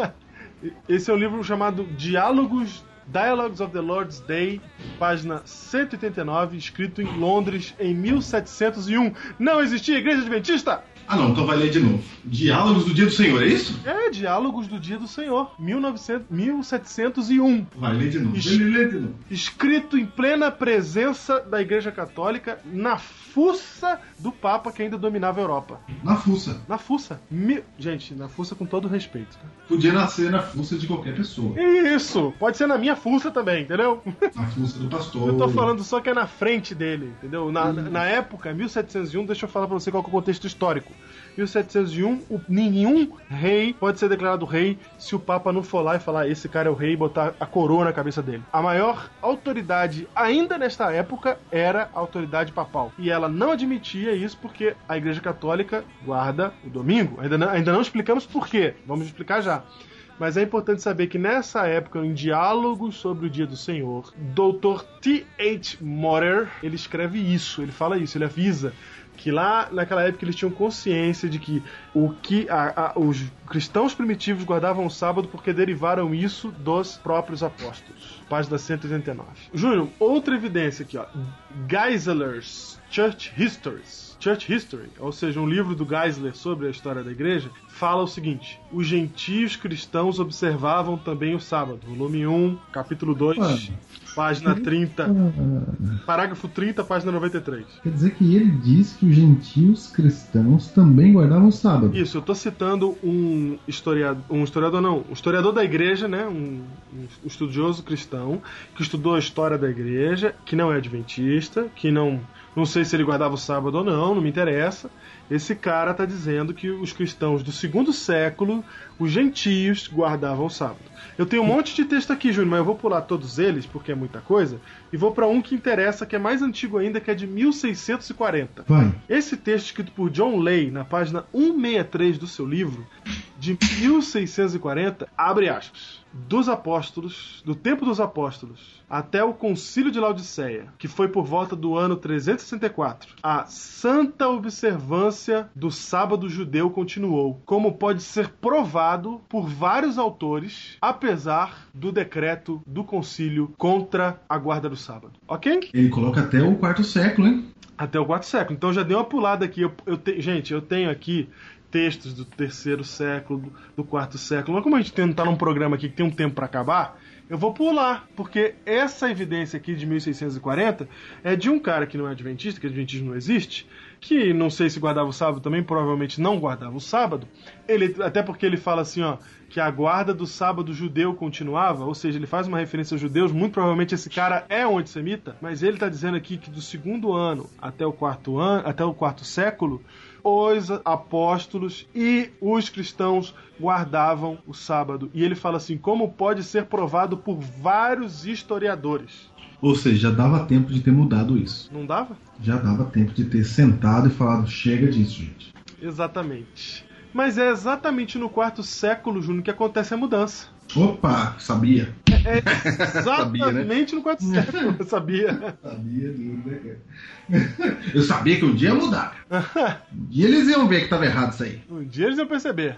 Esse é um livro chamado Diálogos Dialogues of the Lord's Day, página cento e oitenta e nove, escrito em Londres em mil setecentos e um. Não existia igreja adventista? Ah não, então vai ler de novo. Diálogos do Dia do Senhor, é isso? É, Diálogos do Dia do Senhor, mil setecentos e um. Vai ler de novo. Es- Lê, lê de novo. Escrito em plena presença da Igreja Católica, na fuça do Papa que ainda dominava a Europa. Na fuça. Na fuça. Mi... Gente, na fuça com todo respeito. Tá? Podia nascer na fuça de qualquer pessoa. Isso! Pode ser na minha fuça também, entendeu? Na fuça do pastor. Eu tô falando só que é na frente dele, entendeu? Na, na época, mil setecentos e um, deixa eu falar pra você qual que é o contexto histórico. mil setecentos e um, o, nenhum rei pode ser declarado rei se o Papa não for lá e falar esse cara é o rei e botar a coroa na cabeça dele. A maior autoridade ainda nesta época era a autoridade papal. E ela não admitia isso porque a Igreja Católica guarda o domingo. Ainda não, ainda não explicamos por quê. Vamos explicar já. Mas é importante saber que nessa época, em Diálogos sobre o Dia do Senhor, doutor T H Motter, ele escreve isso, ele fala isso, ele avisa que lá naquela época eles tinham consciência de que, o que a, a, os cristãos primitivos guardavam o sábado porque derivaram isso dos próprios apóstolos. Página cento e oitenta e nove. Júnior, outra evidência aqui, ó. Geisler's Church Histories. Church History, ou seja, um livro do Geisler sobre a história da igreja, fala o seguinte: os gentios cristãos observavam também o sábado. Volume um, capítulo dois, ah. página trinta. Ah. Parágrafo trinta, página noventa e três. Quer dizer que ele diz que os gentios cristãos também guardavam o sábado. Isso, eu estou citando um historiador, um historiador não, um historiador da igreja, né, um, um estudioso cristão, que estudou a história da igreja, que não é adventista, que não... Não sei se ele guardava o sábado ou não, não me interessa. Esse cara está dizendo que os cristãos do segundo século, os gentios, guardavam o sábado. Eu tenho um monte de texto aqui, Júnior, mas eu vou pular todos eles, porque é muita coisa, e vou para um que interessa, que é mais antigo ainda, que é de mil seiscentos e quarenta. Vai. Esse texto, escrito por John Lay, na página cento e sessenta e três do seu livro, de mil seiscentos e quarenta, abre aspas, dos apóstolos, do tempo dos apóstolos, até o concílio de Laodiceia, que foi por volta do ano trezentos e sessenta e quatro, a santa observância do sábado judeu continuou, como pode ser provado por vários autores, apesar do decreto do concílio contra a guarda do sábado. Ok? Ele coloca até o quarto século, hein? Até o quarto século. Então já dei uma pulada aqui. Eu, eu te... Gente, eu tenho aqui textos do terceiro século, do, do quarto século. Mas como a gente não está num programa aqui que tem um tempo para acabar, eu vou pular, porque essa evidência aqui de mil seiscentos e quarenta é de um cara que não é adventista, que adventismo não existe, que não sei se guardava o sábado também, provavelmente não guardava o sábado. Ele, até porque ele fala assim, ó, que a guarda do sábado judeu continuava, ou seja, ele faz uma referência aos judeus, muito provavelmente esse cara é um antissemita, mas ele está dizendo aqui que do segundo ano até o quarto ano, até o quarto século, os apóstolos e os cristãos guardavam o sábado. E ele fala assim, como pode ser provado por vários historiadores. Ou seja, já dava tempo de ter mudado isso. Não dava? Já dava tempo de ter sentado e falado, chega disso, gente. Exatamente. Mas é exatamente no quarto século, Júnior, que acontece a mudança. Opa, sabia. É exatamente sabia, né? No quarto século, eu sabia. Sabia, né, cara? Eu sabia que um dia ia mudar. Um dia eles iam ver que estava errado isso aí. Um dia eles iam perceber.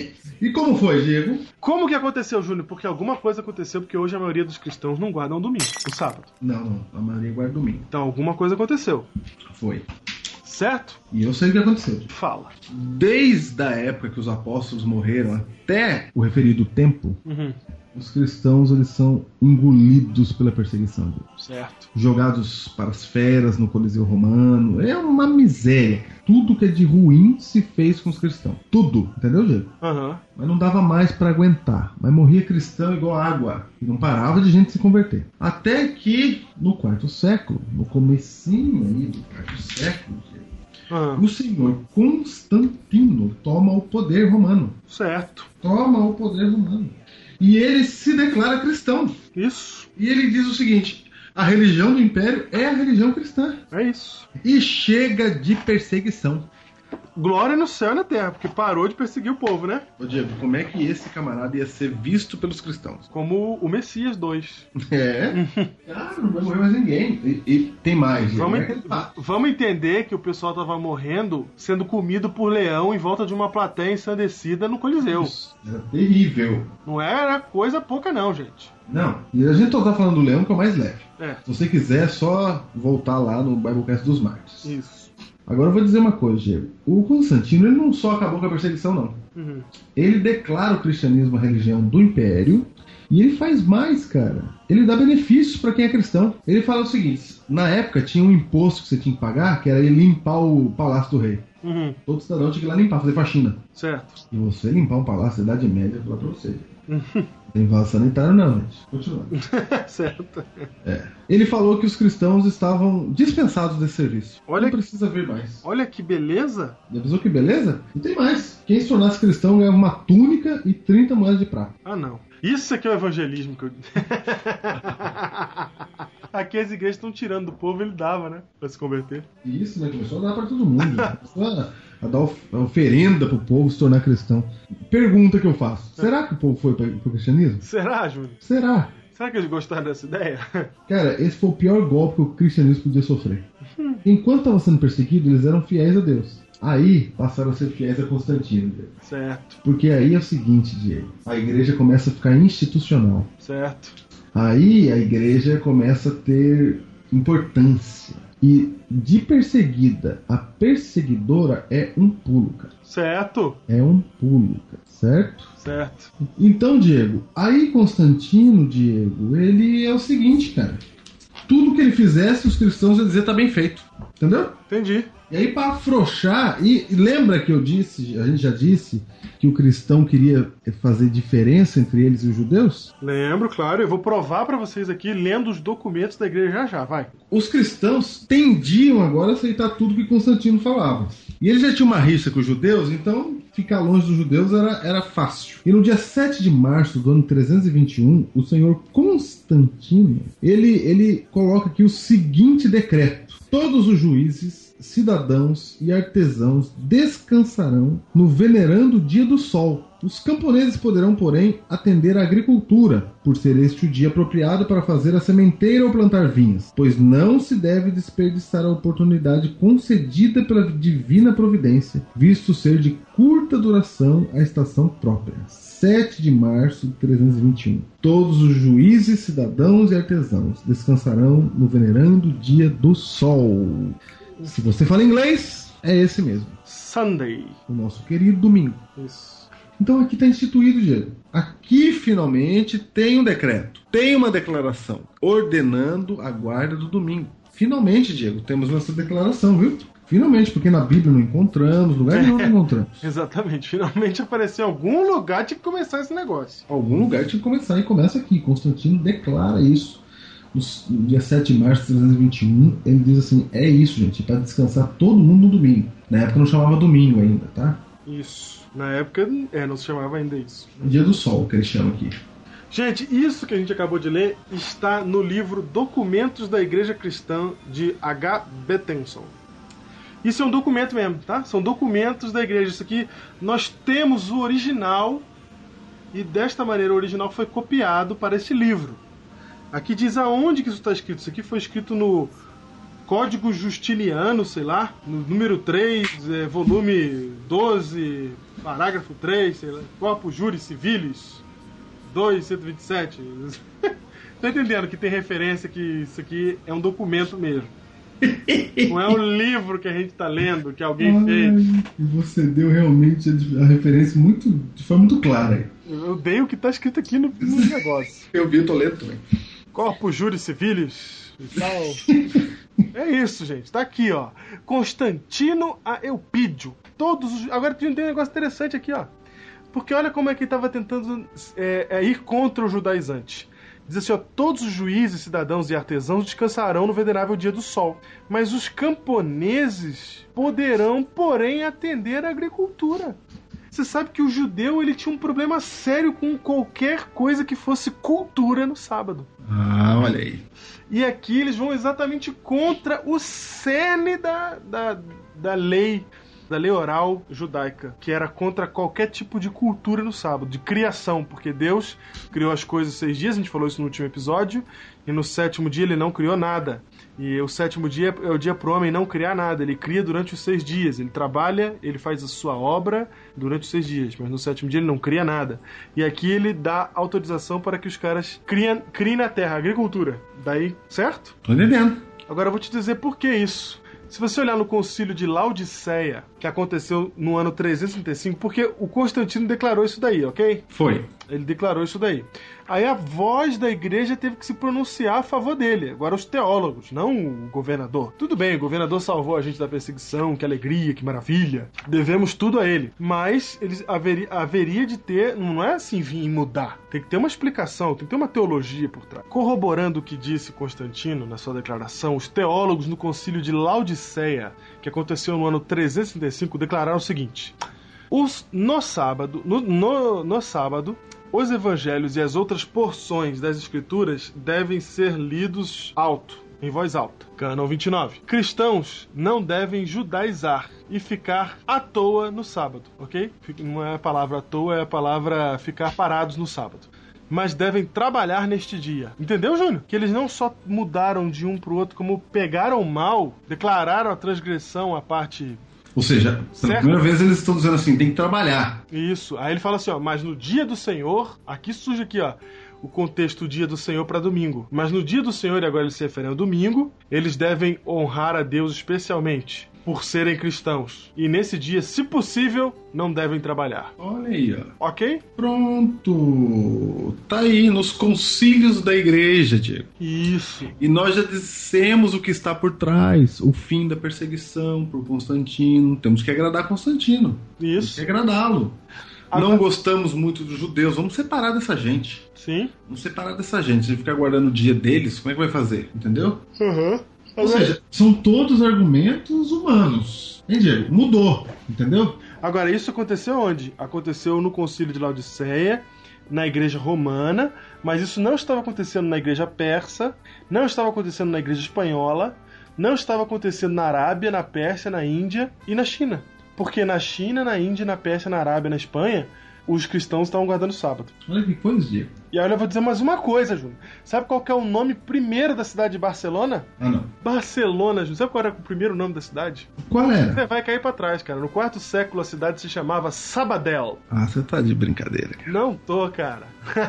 E como foi, Diego? Como que aconteceu, Júnior? Porque alguma coisa aconteceu, porque hoje a maioria dos cristãos não guardam o domingo, o sábado. Não, não, a maioria guarda domingo. Então alguma coisa aconteceu. Foi. Certo? E eu sei o que aconteceu. Fala. Desde a época que os apóstolos morreram até o referido tempo, uhum. os cristãos eles são engolidos pela perseguição. Certo. Jogados para as feras no Coliseu Romano. É uma miséria. Tudo que é de ruim se fez com os cristãos. Tudo. Entendeu, Diego? Uhum. Mas não dava mais para aguentar. Mas morria cristão igual água. E não parava de gente se converter. Até que, no quarto século, no comecinho aí do quarto século, uhum. o senhor Constantino toma o poder romano. Certo. Toma o poder romano. E ele se declara cristão. Isso. E ele diz o seguinte, a religião do império é a religião cristã. É isso. E chega de perseguição. Glória no céu e na terra, porque parou de perseguir o povo, né? Ô Diego, como é que esse camarada ia ser visto pelos cristãos? Como o Messias dois. É? Ah, não vai morrer mais ninguém. E, e tem mais, Diego. Vamos, é vamos entender que o pessoal tava morrendo sendo comido por leão em volta de uma plateia ensandecida no Coliseu. Isso, era terrível. Não era coisa pouca não, gente. Não, e a gente só tá falando do leão que é o mais leve. É. Se você quiser, é só voltar lá no Biblecast dos Mártires. Isso. Agora eu vou dizer uma coisa, Diego. O Constantino ele não só acabou com a perseguição, não. Uhum. Ele declara o cristianismo a religião do império e ele faz mais, cara. Ele dá benefícios para quem é cristão. Ele fala o seguinte, na época tinha um imposto que você tinha que pagar, que era ir limpar o palácio do rei. Uhum. Todo cidadão tinha que ir lá limpar, fazer faxina. Certo. E você limpar um palácio da Idade Média, eu vou falar pra você. Tem vaso sanitário não, gente. Continua. Certo. É. Ele falou que os cristãos estavam dispensados desse serviço. Olha não precisa ver mais. Olha que beleza. Já avisou que beleza? Não tem mais. Quem se tornasse cristão ganhava uma túnica e trinta moedas de prata. Ah, não. Isso aqui é o evangelismo que eu... Aqui as igrejas estão tirando do povo, ele dava, né? Pra se converter. Isso, né? Começou a dar pra todo mundo. Começou a, a dar of- a oferenda pro povo se tornar cristão. Pergunta que eu faço. Será que o povo foi pra, pro cristianismo? Será, Júnior? Será? Será que eles gostaram dessa ideia? Cara, esse foi o pior golpe que o cristianismo podia sofrer. Enquanto estava sendo perseguido, eles eram fiéis a Deus. Aí passaram a ser fiéis a Constantino, Diego. Certo. Porque aí é o seguinte, Diego. A igreja começa a ficar institucional. Certo. Aí a igreja começa a ter importância. E de perseguida a perseguidora é um pulo, cara. Certo. É um pulo, cara. Certo? Certo. Então, Diego, aí Constantino, Diego, ele é o seguinte, cara. Tudo que ele fizesse, os cristãos iam dizer tá bem feito. Entendeu? Entendi. E aí, para afrouxar, e, e lembra que eu disse, a gente já disse, que o cristão queria fazer diferença entre eles e os judeus? Lembro, claro. Eu vou provar para vocês aqui, lendo os documentos da igreja já já, vai. Os cristãos tendiam agora a aceitar tudo que Constantino falava. E ele já tinha uma rixa com os judeus, então ficar longe dos judeus era, era fácil. E no dia sete de março do ano trezentos e vinte e um, o senhor Constantino, ele, ele coloca aqui o seguinte decreto. Todos os juízes, cidadãos e artesãos descansarão no venerando dia do sol. Os camponeses poderão, porém, atender à agricultura, por ser este o dia apropriado para fazer a sementeira ou plantar vinhas, pois não se deve desperdiçar a oportunidade concedida pela divina providência, visto ser de curta duração a estação própria. sete de março de trezentos e vinte e um. Todos os juízes, cidadãos e artesãos descansarão no venerando dia do sol. Se você fala inglês, é esse mesmo. Sunday. O nosso querido domingo. Isso. Então aqui está instituído, Diego. Aqui, finalmente, tem um decreto. Tem uma declaração ordenando a guarda do domingo. Finalmente, Diego, temos nossa declaração, viu? Finalmente, porque na Bíblia não encontramos, lugar nenhum não encontramos. Exatamente. Finalmente apareceu em algum lugar, tinha que começar esse negócio. Algum lugar tinha que começar, e começa aqui. Constantino declara isso. No dia sete de março de trezentos e vinte e um, ele diz assim, é isso, gente, para descansar todo mundo no domingo. Na época não chamava domingo ainda, tá? Isso. Na época, é, não se chamava ainda isso. Dia do sol, que eles chamam aqui. Gente, isso que a gente acabou de ler está no livro Documentos da Igreja Cristã, de H. Bettenson. Isso é um documento mesmo, tá? São documentos da igreja. Isso aqui, nós temos o original, e desta maneira o original foi copiado para este livro. Aqui diz aonde que isso está escrito. Isso aqui foi escrito no Código Justiniano, sei lá, no número três, é, volume doze, parágrafo três, sei lá, Corpus Juris Civilis dois, cento e vinte e sete. Tô entendendo que tem referência que isso aqui é um documento mesmo. Não é um livro que a gente tá lendo, que alguém Ai, fez. E você deu realmente a, a referência muito, de forma muito clara. Eu dei o que tá escrito aqui no, no negócio. Eu vi, eu tô lendo também. Corpus Juris Civilis e tal. É isso, gente. Tá aqui, ó. Constantino a Eupídio. Todos os... Agora tem um negócio interessante aqui, ó. Porque olha como é que ele estava tentando é, é, ir contra os judaizantes. Diz assim, ó, todos os juízes, cidadãos e artesãos descansarão no venerável dia do sol. Mas os camponeses poderão, porém, atender à agricultura. Você sabe que o judeu ele tinha um problema sério com qualquer coisa que fosse cultura no sábado. Ah, olha aí. E aqui eles vão exatamente contra o cerne da, da, da lei, da lei oral judaica, que era contra qualquer tipo de cultura no sábado, de criação, porque Deus criou as coisas em seis dias, a gente falou isso no último episódio, e no sétimo dia ele não criou nada. E o sétimo dia é o dia para o homem não criar nada, ele cria durante os seis dias, ele trabalha, ele faz a sua obra durante os seis dias, mas no sétimo dia ele não cria nada. E aqui ele dá autorização para que os caras criem, criem na terra, agricultura. Daí, certo? Tô entendendo. Agora eu vou te dizer por que isso. Se você olhar no concílio de Laodiceia, que aconteceu no ano trezentos e trinta e cinco, porque o Constantino declarou isso daí, ok? Foi. Ele declarou isso daí. Aí a voz da igreja teve que se pronunciar a favor dele. Agora os teólogos, não o governador. Tudo bem, o governador salvou a gente da perseguição, que alegria, que maravilha. Devemos tudo a ele. Mas eles haveria, haveria de ter, não é assim vir e mudar. Tem que ter uma explicação, tem que ter uma teologia por trás. Corroborando o que disse Constantino na sua declaração, os teólogos no concílio de Laodiceia, que aconteceu no ano trezentos e trinta e cinco, declararam o seguinte: os, no sábado, no, no, no sábado, os evangelhos e as outras porções das escrituras devem ser lidos alto, em voz alta. Cânon vinte e nove. Cristãos não devem judaizar e ficar à toa no sábado, ok? Não é a palavra à toa, é a palavra ficar parados no sábado. Mas devem trabalhar neste dia. Entendeu, Júnior? Que eles não só mudaram de um para o outro, como pegaram o mal, declararam a transgressão, a parte... Ou seja, pela primeira vez eles estão dizendo assim, tem que trabalhar. Isso. Aí ele fala assim, ó, mas no dia do Senhor, aqui surge aqui, ó, o contexto dia do Senhor para domingo. Mas no dia do Senhor, e agora eles se referem ao domingo, eles devem honrar a Deus especialmente, por serem cristãos. E nesse dia, se possível, não devem trabalhar. Olha aí, ó. Ok? Pronto. Tá aí, nos concílios da igreja, Diego. Isso. E nós já dissemos o que está por trás. O fim da perseguição por Constantino. Temos que agradar Constantino. Temos Isso. que agradá-lo. Agora- Não gostamos muito dos judeus. Vamos separar dessa gente. Sim. Vamos separar dessa gente. Se ficar guardando o dia deles, como é que vai fazer? Entendeu? Uhum. Ou seja, são todos argumentos humanos. Hein, Diego? Mudou, entendeu? Agora, isso aconteceu onde? Aconteceu no Concílio de Laodiceia, na Igreja Romana, mas isso não estava acontecendo na Igreja Persa, não estava acontecendo na Igreja Espanhola, não estava acontecendo na Arábia, na Pérsia, na Índia e na China. Porque na China, na Índia, na Pérsia, na Arábia, na Espanha, os cristãos estavam guardando o sábado. Olha que coisa, Diego. E aí eu vou dizer mais uma coisa, Júnior. Sabe qual que é o nome primeiro da cidade de Barcelona? Ah, não. Barcelona, Júnior. Sabe qual era o primeiro nome da cidade? Qual era? Você vai cair pra trás, cara. No quarto século a cidade se chamava Sabadell. Ah, você tá de brincadeira, cara. Não tô, cara.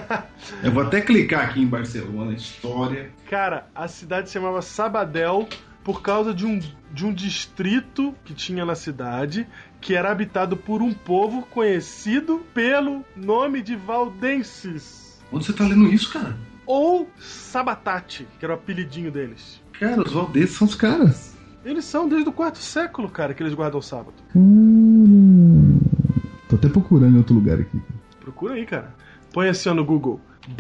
Eu vou até clicar aqui em Barcelona, história. Cara, a cidade se chamava Sabadell por causa de um, de um distrito que tinha na cidade que era habitado por um povo conhecido pelo nome de Valdenses. Onde você tá lendo isso, cara? Ou Sabatate, que era o apelidinho deles. Cara, os valdeses são os caras. Eles são desde o quarto século, cara, que eles guardam o sábado. Hum... Tô até procurando em outro lugar aqui. Procura aí, cara. Põe assim ó, no Google.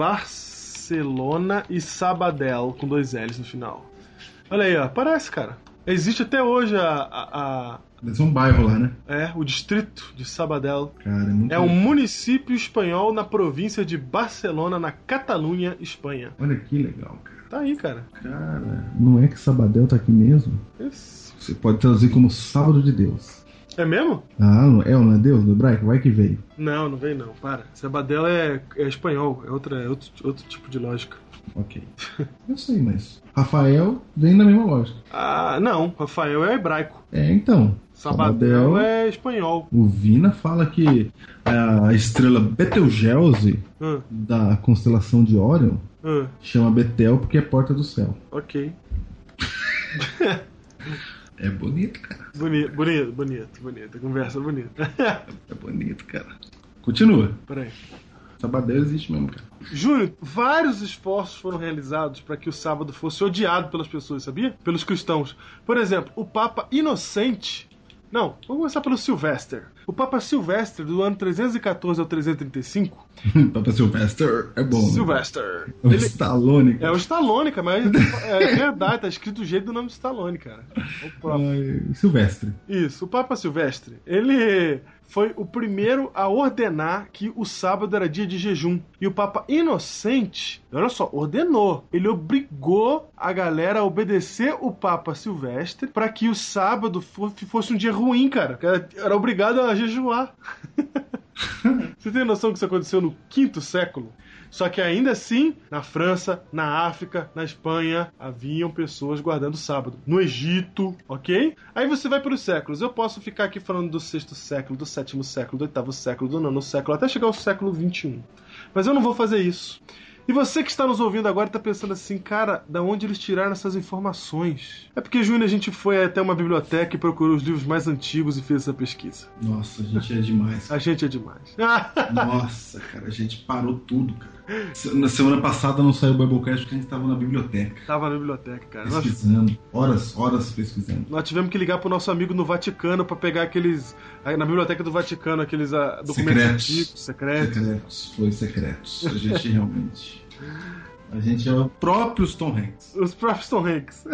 Barcelona e Sabadell, com dois L's no final. Olha aí, ó. Parece, cara. Existe até hoje a... a, a... Deve ser um bairro lá, né? É, o distrito de Sabadell. Cara, é muito É um legal. município espanhol na província de Barcelona, na Catalunha, Espanha. Olha que legal, cara. Tá aí, cara. Cara, não é que Sabadell tá aqui mesmo? Isso. Você pode traduzir como Sábado de Deus. É mesmo? Ah, não é ou não é Deus do hebraico? Vai que veio. Não, não vem não. Para. Sabadell é, é espanhol. É, outra, é outro, outro tipo de lógica. Ok. Eu sei, mas Rafael vem da mesma lógica. Ah, não. Rafael é hebraico. É, então. Sabadell é espanhol. O Vina fala que a estrela Betelgeuse Hum, da constelação de Órion hum, chama Betel porque é porta do céu. ok. É bonito, cara. Bonito, bonito, bonito, bonito. Conversa bonita. É bonito, cara. Continua. Peraí. Sabadell existe mesmo, cara. Júnior, vários esforços foram realizados para que o sábado fosse odiado pelas pessoas, sabia? Pelos cristãos. Por exemplo, o Papa Inocente... Não, vamos começar pelo Silvestre. O Papa Silvestre, do ano trezentos e quatorze ao trezentos e trinta e cinco... Papa Sylvester é bom. Silvestre. O Ele... Stallone, É cara. o Stallone, cara, mas é verdade, tá escrito do jeito do nome do Stallone, cara. O próprio. Ai, Silvestre. Isso, o Papa Silvestre, ele foi o primeiro a ordenar que o sábado era dia de jejum. E o Papa Inocente, olha só, ordenou. Ele obrigou a galera a obedecer o Papa Silvestre para que o sábado fosse um dia ruim, cara. Era obrigado a jejuar. Você tem noção que isso aconteceu no quinto século? Só que ainda assim, na França, na África, na Espanha, haviam pessoas guardando sábado. No Egito, ok? Aí você vai para os séculos. Eu posso ficar aqui falando do sexto século, do sétimo século, do oitavo século, do nono século, até chegar ao século vinte e um. Mas eu não vou fazer isso. E você que está nos ouvindo agora está pensando assim, cara, da onde eles tiraram essas informações? É porque, Júnior, a gente foi até uma biblioteca e procurou os livros mais antigos e fez essa pesquisa. Nossa, a gente é demais. A gente é demais. Nossa, cara, a gente parou tudo, cara. Na semana passada não saiu o Biblecast porque a gente tava na biblioteca. Tava na biblioteca, cara. Nós, Pesquisando. Horas, horas pesquisando. nós tivemos que ligar pro nosso amigo no Vaticano pra pegar aqueles... Na biblioteca do Vaticano, aqueles uh, documentos Secretos. antigos, secretos. Secretos. Foi secretos. A gente realmente... A gente é o próprio Tom Hanks. Os próprios Tom Hanks.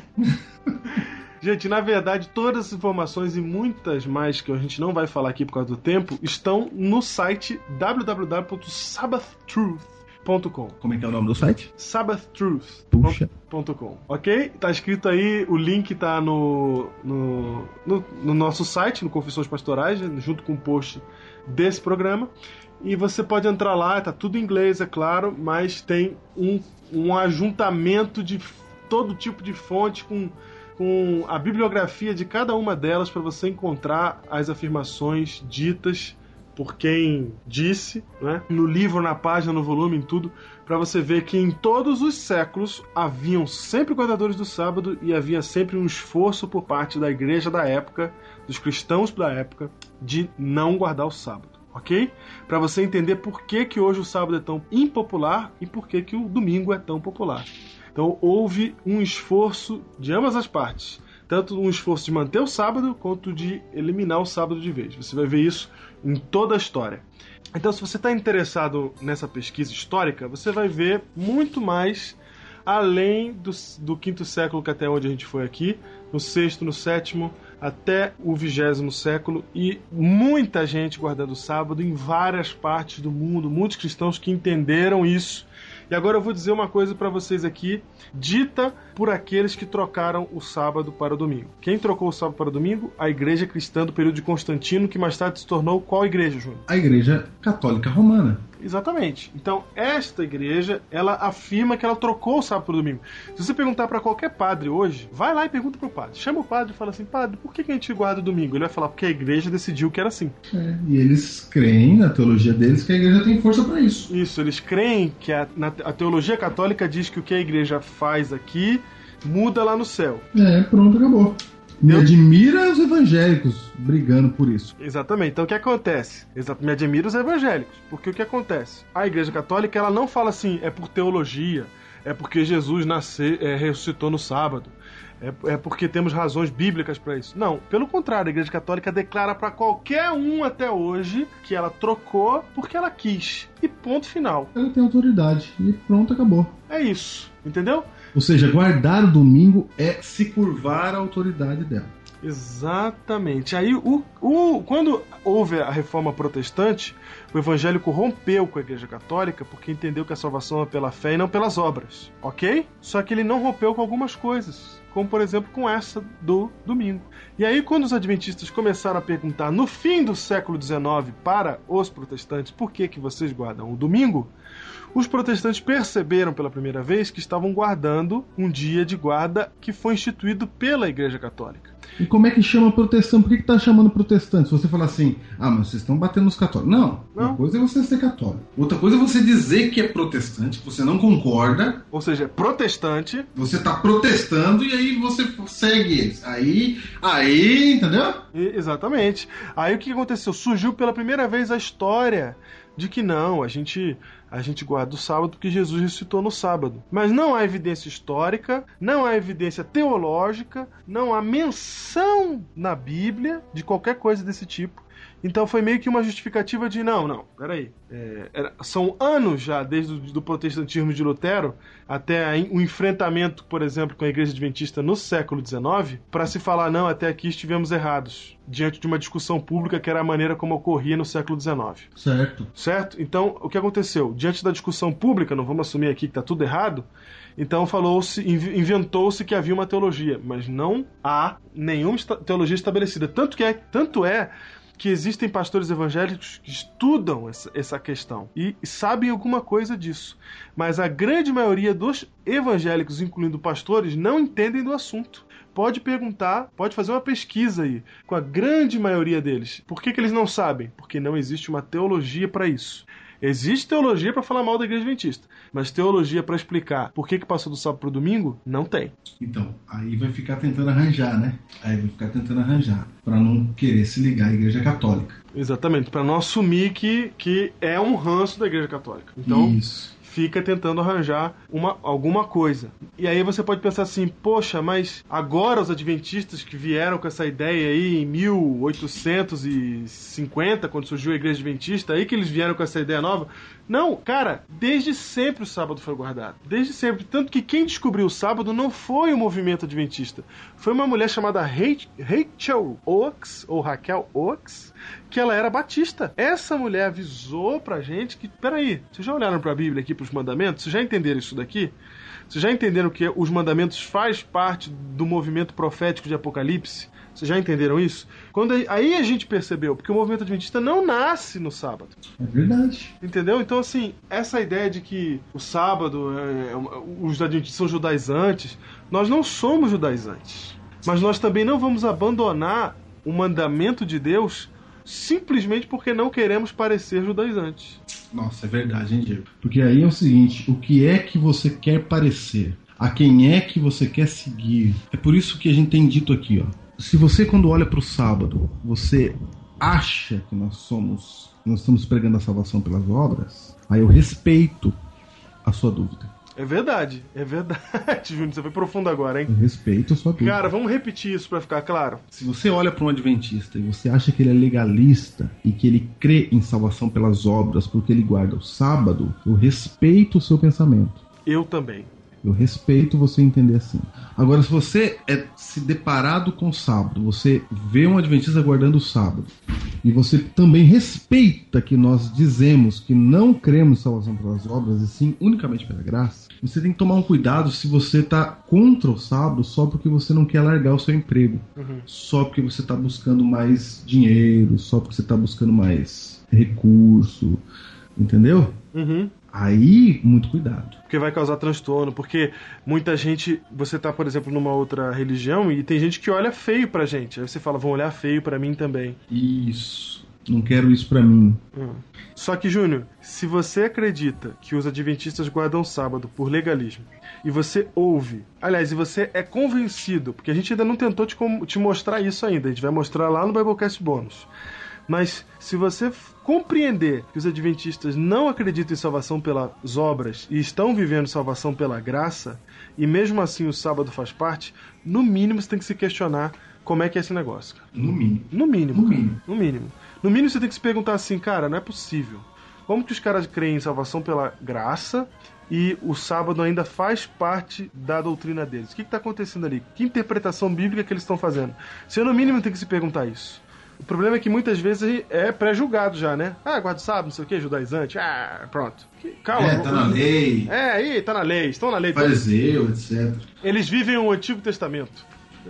Gente, na verdade, todas as informações e muitas mais que a gente não vai falar aqui por causa do tempo estão no site w w w ponto sabbath truth ponto com. Como é que é o nome do site? sabbath truth Puxa. ponto com, ok? Tá escrito aí, o link tá no, no, no, no nosso site, no Confissões Pastorais, junto com o post desse programa. E você pode entrar lá, tá tudo em inglês, é claro, mas tem um, um ajuntamento de todo tipo de fonte com, com a bibliografia de cada uma delas para você encontrar as afirmações ditas por quem disse, né? No livro, na página, no volume, em tudo, para você ver que em todos os séculos haviam sempre guardadores do sábado e havia sempre um esforço por parte da igreja da época, dos cristãos da época, de não guardar o sábado. Ok? Para você entender por que, que hoje o sábado é tão impopular e por que, que o domingo é tão popular. Então houve um esforço de ambas as partes. Tanto um esforço de manter o sábado, quanto de eliminar o sábado de vez. Você vai ver isso em toda a história. Então, se você está interessado nessa pesquisa histórica, você vai ver muito mais além do, do quinto século, que até onde a gente foi aqui, no sexto, no sétimo, até o vigésimo século, e muita gente guardando o sábado em várias partes do mundo, muitos cristãos que entenderam isso. E agora eu vou dizer uma coisa para vocês aqui, dita por aqueles que trocaram o sábado para o domingo. Quem trocou o sábado para o domingo? A igreja cristã do período de Constantino, que mais tarde se tornou qual igreja, Júnior? A Igreja Católica Romana. Exatamente. Então, esta igreja, ela afirma que ela trocou o sábado para o domingo. Se você perguntar para qualquer padre hoje, vai lá e pergunta para o padre. Chama o padre e fala assim, padre, por que a gente guarda o domingo? Ele vai falar, porque a igreja decidiu que era assim. É, e eles creem, na teologia deles, que a igreja tem força para isso. Isso, eles creem que a, na, a teologia católica diz que o que a igreja faz aqui muda lá no céu. É, pronto, acabou. Me Eu... admira os evangélicos brigando por isso. Exatamente. Então o que acontece? Exato. Me admira os evangélicos. Porque o que acontece? A Igreja Católica, ela não fala assim, é por teologia, é porque Jesus nasceu, é, ressuscitou no sábado, é, é porque temos razões bíblicas para isso. Não, pelo contrário, a Igreja Católica declara para qualquer um até hoje que ela trocou porque ela quis. E ponto final. Ela tem autoridade. E pronto, acabou. É isso. Entendeu? Ou seja, guardar o domingo é se curvar à autoridade dela. Exatamente. Aí, o, o, quando houve a reforma protestante, o evangélico rompeu com a Igreja Católica porque entendeu que a salvação é pela fé e não pelas obras. Ok? Só que ele não rompeu com algumas coisas, como por exemplo com essa do domingo. E aí, quando os adventistas começaram a perguntar no fim do século dezenove para os protestantes por que, que vocês guardam o domingo, os protestantes perceberam pela primeira vez que estavam guardando um dia de guarda que foi instituído pela Igreja Católica. E como é que chama protestante? Por que que tá chamando protestante? Se você falar assim, ah, mas vocês estão batendo nos católicos. Não, não, uma coisa é você ser católico. Outra coisa é você dizer que é protestante, que você não concorda. Ou seja, protestante. Você tá protestando e aí você segue eles. Aí, aí, entendeu? E, exatamente. Aí o que aconteceu? Surgiu pela primeira vez a história de que não, a gente, a gente guarda o sábado porque Jesus ressuscitou no sábado. Mas não há evidência histórica, não há evidência teológica, não há menção na Bíblia de qualquer coisa desse tipo. Então foi meio que uma justificativa de não, não, peraí. É, era, são anos já, desde o do protestantismo de Lutero até a, o enfrentamento, por exemplo, com a Igreja Adventista no século dezenove, para se falar, não, até aqui estivemos errados, diante de uma discussão pública que era a maneira como ocorria no século dezenove. Certo. Certo? Então, o que aconteceu? Diante da discussão pública, não vamos assumir aqui que está tudo errado, então falou-se, inventou-se que havia uma teologia, mas não há nenhuma teologia estabelecida. Tanto que é, tanto é que existem pastores evangélicos que estudam essa, essa questão e sabem alguma coisa disso. Mas a grande maioria dos evangélicos, incluindo pastores, não entendem do assunto. Pode perguntar, pode fazer uma pesquisa aí com a grande maioria deles. Por que que eles não sabem? Porque não existe uma teologia para isso. Existe teologia para falar mal da Igreja Adventista, mas teologia para explicar por que que passou do sábado para o domingo, não tem. Então, aí vai ficar tentando arranjar, né? Aí vai ficar tentando arranjar, para não querer se ligar à Igreja Católica. Exatamente, para não assumir que, que é um ranço da Igreja Católica. Então, isso. Fica tentando arranjar uma, alguma coisa. E aí você pode pensar assim, poxa, mas agora os adventistas que vieram com essa ideia aí em mil oitocentos e cinquenta, quando surgiu a Igreja Adventista, aí que eles vieram com essa ideia nova. Não, cara, desde sempre o sábado foi guardado. Desde sempre. Tanto que quem descobriu o sábado não foi o movimento adventista. Foi uma mulher chamada Rachel Oakes, ou Raquel Oakes, que ela era batista. Essa mulher avisou pra gente que, peraí, vocês já olharam pra Bíblia aqui, pros mandamentos? Vocês já entenderam isso daqui? Vocês já entenderam que os mandamentos faz parte do movimento profético de Apocalipse? Vocês já entenderam isso? Quando aí a gente percebeu, porque o movimento adventista não nasce no sábado. É verdade. Entendeu? Então, assim, essa ideia de que o sábado, é, os adventistas são judaizantes, nós não somos judaizantes. Mas nós também não vamos abandonar o mandamento de Deus simplesmente porque não queremos parecer judaizantes. Nossa, é verdade, hein, Diego? Porque aí é o seguinte, o que é que você quer parecer? A quem é que você quer seguir? É por isso que a gente tem dito aqui, ó. Se você, quando olha para o sábado, você acha que nós somos, nós estamos pregando a salvação pelas obras, aí eu respeito a sua dúvida. É verdade, é verdade, Júnior. Você foi profundo agora, hein? Eu respeito a sua dúvida. Cara, vamos repetir isso pra ficar claro. Se você olha para um adventista e você acha que ele é legalista e que ele crê em salvação pelas obras porque ele guarda o sábado, eu respeito o seu pensamento. Eu também. Eu respeito você entender assim. Agora, se você é se deparado com o sábado, você vê um adventista guardando o sábado, e você também respeita que nós dizemos que não cremos em salvação pelas obras, e sim unicamente pela graça, você tem que tomar um cuidado se você está contra o sábado só porque você não quer largar o seu emprego, Uhum. só porque você está buscando mais dinheiro, só porque você está buscando mais recurso, entendeu? Uhum. Aí, muito cuidado. Porque vai causar transtorno, porque muita gente, você tá, por exemplo, numa outra religião e tem gente que olha feio pra gente. Aí você fala, vão olhar feio pra mim também. Isso. Não quero isso pra mim. Hum. Só que, Júnior, se você acredita que os adventistas guardam sábado por legalismo, e você ouve, aliás, e você é convencido, porque a gente ainda não tentou te, te mostrar isso ainda, a gente vai mostrar lá no Biblecast Bônus. Mas se você compreender que os adventistas não acreditam em salvação pelas obras e estão vivendo salvação pela graça, e mesmo assim o sábado faz parte, no mínimo você tem que se questionar como é que é esse negócio. Cara. No mínimo. No mínimo. No cara. mínimo. No mínimo. No mínimo você tem que se perguntar assim, cara, não é possível. Como que os caras creem em salvação pela graça e o sábado ainda faz parte da doutrina deles? O que está acontecendo ali? Que interpretação bíblica que eles estão fazendo? Você no mínimo tem que se perguntar isso. O problema é que muitas vezes é pré-julgado já, né? Ah, guarda o sábado, não sei o que, judaizante. Ah, pronto. Calma. É, tá na lei. É, aí, tá na lei, estão na lei. Fariseu, etcétera. Eles vivem o Antigo Testamento.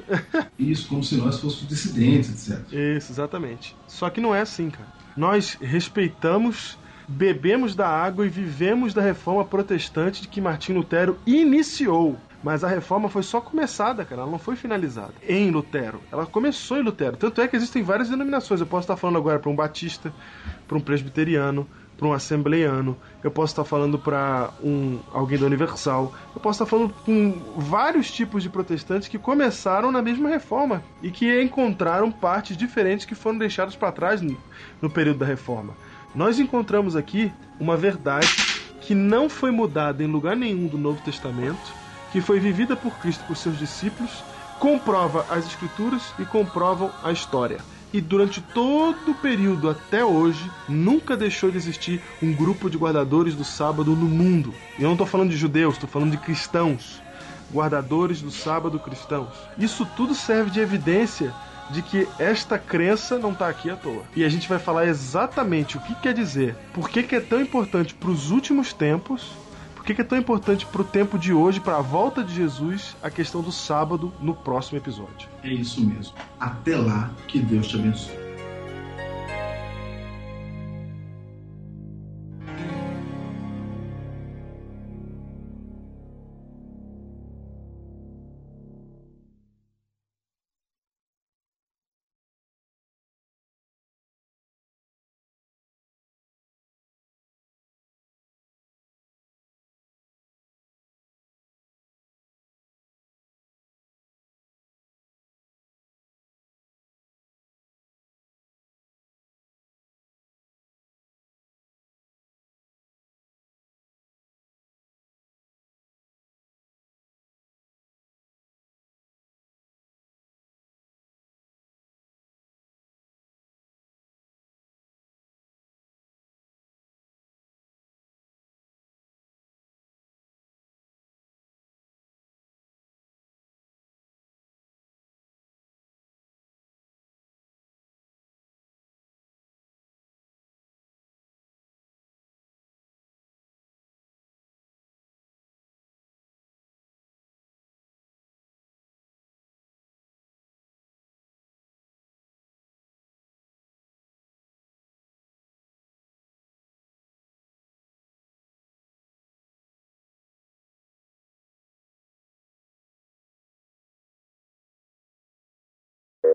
Isso, como se nós fôssemos dissidentes, etcétera. Isso, exatamente. Só que não é assim, cara. Nós respeitamos, bebemos da água e vivemos da reforma protestante de que Martinho Lutero iniciou. Mas a reforma foi só começada, cara, ela não foi finalizada em Lutero. Ela começou em Lutero. Tanto é que existem várias denominações. Eu posso estar falando agora para um batista, para um presbiteriano, para um assembleiano. Eu posso estar falando para um, alguém da Universal. Eu posso estar falando com vários tipos de protestantes que começaram na mesma reforma e que encontraram partes diferentes que foram deixadas para trás no, no período da reforma. Nós encontramos aqui uma verdade que não foi mudada em lugar nenhum do Novo Testamento, que foi vivida por Cristo por seus discípulos, comprova as Escrituras e comprovam a história. E durante todo o período até hoje, nunca deixou de existir um grupo de guardadores do sábado no mundo. E eu não estou falando de judeus, estou falando de cristãos. Guardadores do sábado cristãos. Isso tudo serve de evidência de que esta crença não está aqui à toa. E a gente vai falar exatamente o que quer dizer, por que é tão importante para os últimos tempos. Por que é tão importante para o tempo de hoje, para a volta de Jesus, a questão do sábado no próximo episódio? É isso mesmo. Até lá, que Deus te abençoe.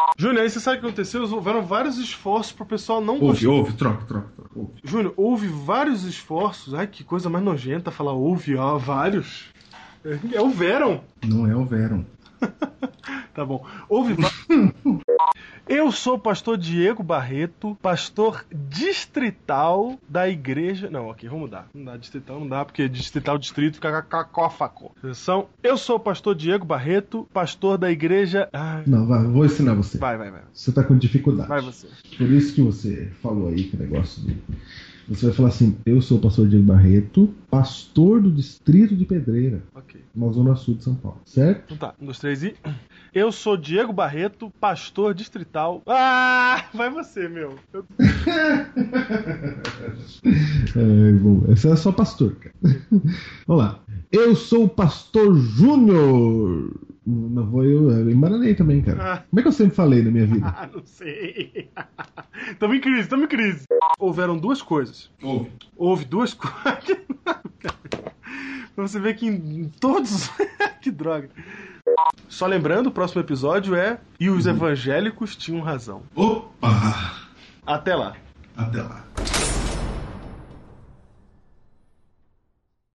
Júnior, aí você sabe o que aconteceu? Houveram vários esforços pro pessoal não Ouve, gostar. ouve, troca, troca, troca. Ouve. Júnior, houve vários esforços. Ai, que coisa mais nojenta falar houve, ó, vários. É, houveram. Não é houveram. Tá bom. Houve. Eu sou o pastor Diego Barreto, pastor distrital da igreja. Não, ok, vamos mudar. Não dá, distrital não dá, porque distrital, distrito fica cacófaco. Atenção. Eu sou o pastor Diego Barreto, pastor da igreja. Ai. Não, vai, vou ensinar você. Vai, vai, vai. Você tá com dificuldade. Vai você. Por isso que você falou aí que negócio do. Você vai falar assim: eu sou o pastor Diego Barreto, pastor do distrito de Pedreira, Ok. na zona sul de São Paulo, certo? Então tá, um, dois, três e. Eu sou Diego Barreto, pastor distrital. Ah! Vai você, meu. Eu... É, bom, esse é só pastor, cara. Vamos lá. Eu sou o pastor Júnior. Não vou eu, eu embaralhei também, cara. Ah. Como é que eu sempre falei na minha vida? Ah, não sei. Tamo em crise, tamo em crise. Houveram duas coisas. Ouve. Houve duas coisas. Pra você ver que em todos. Que droga. Só lembrando, o próximo episódio é E os evangélicos tinham razão. Opa! Até lá. Até lá.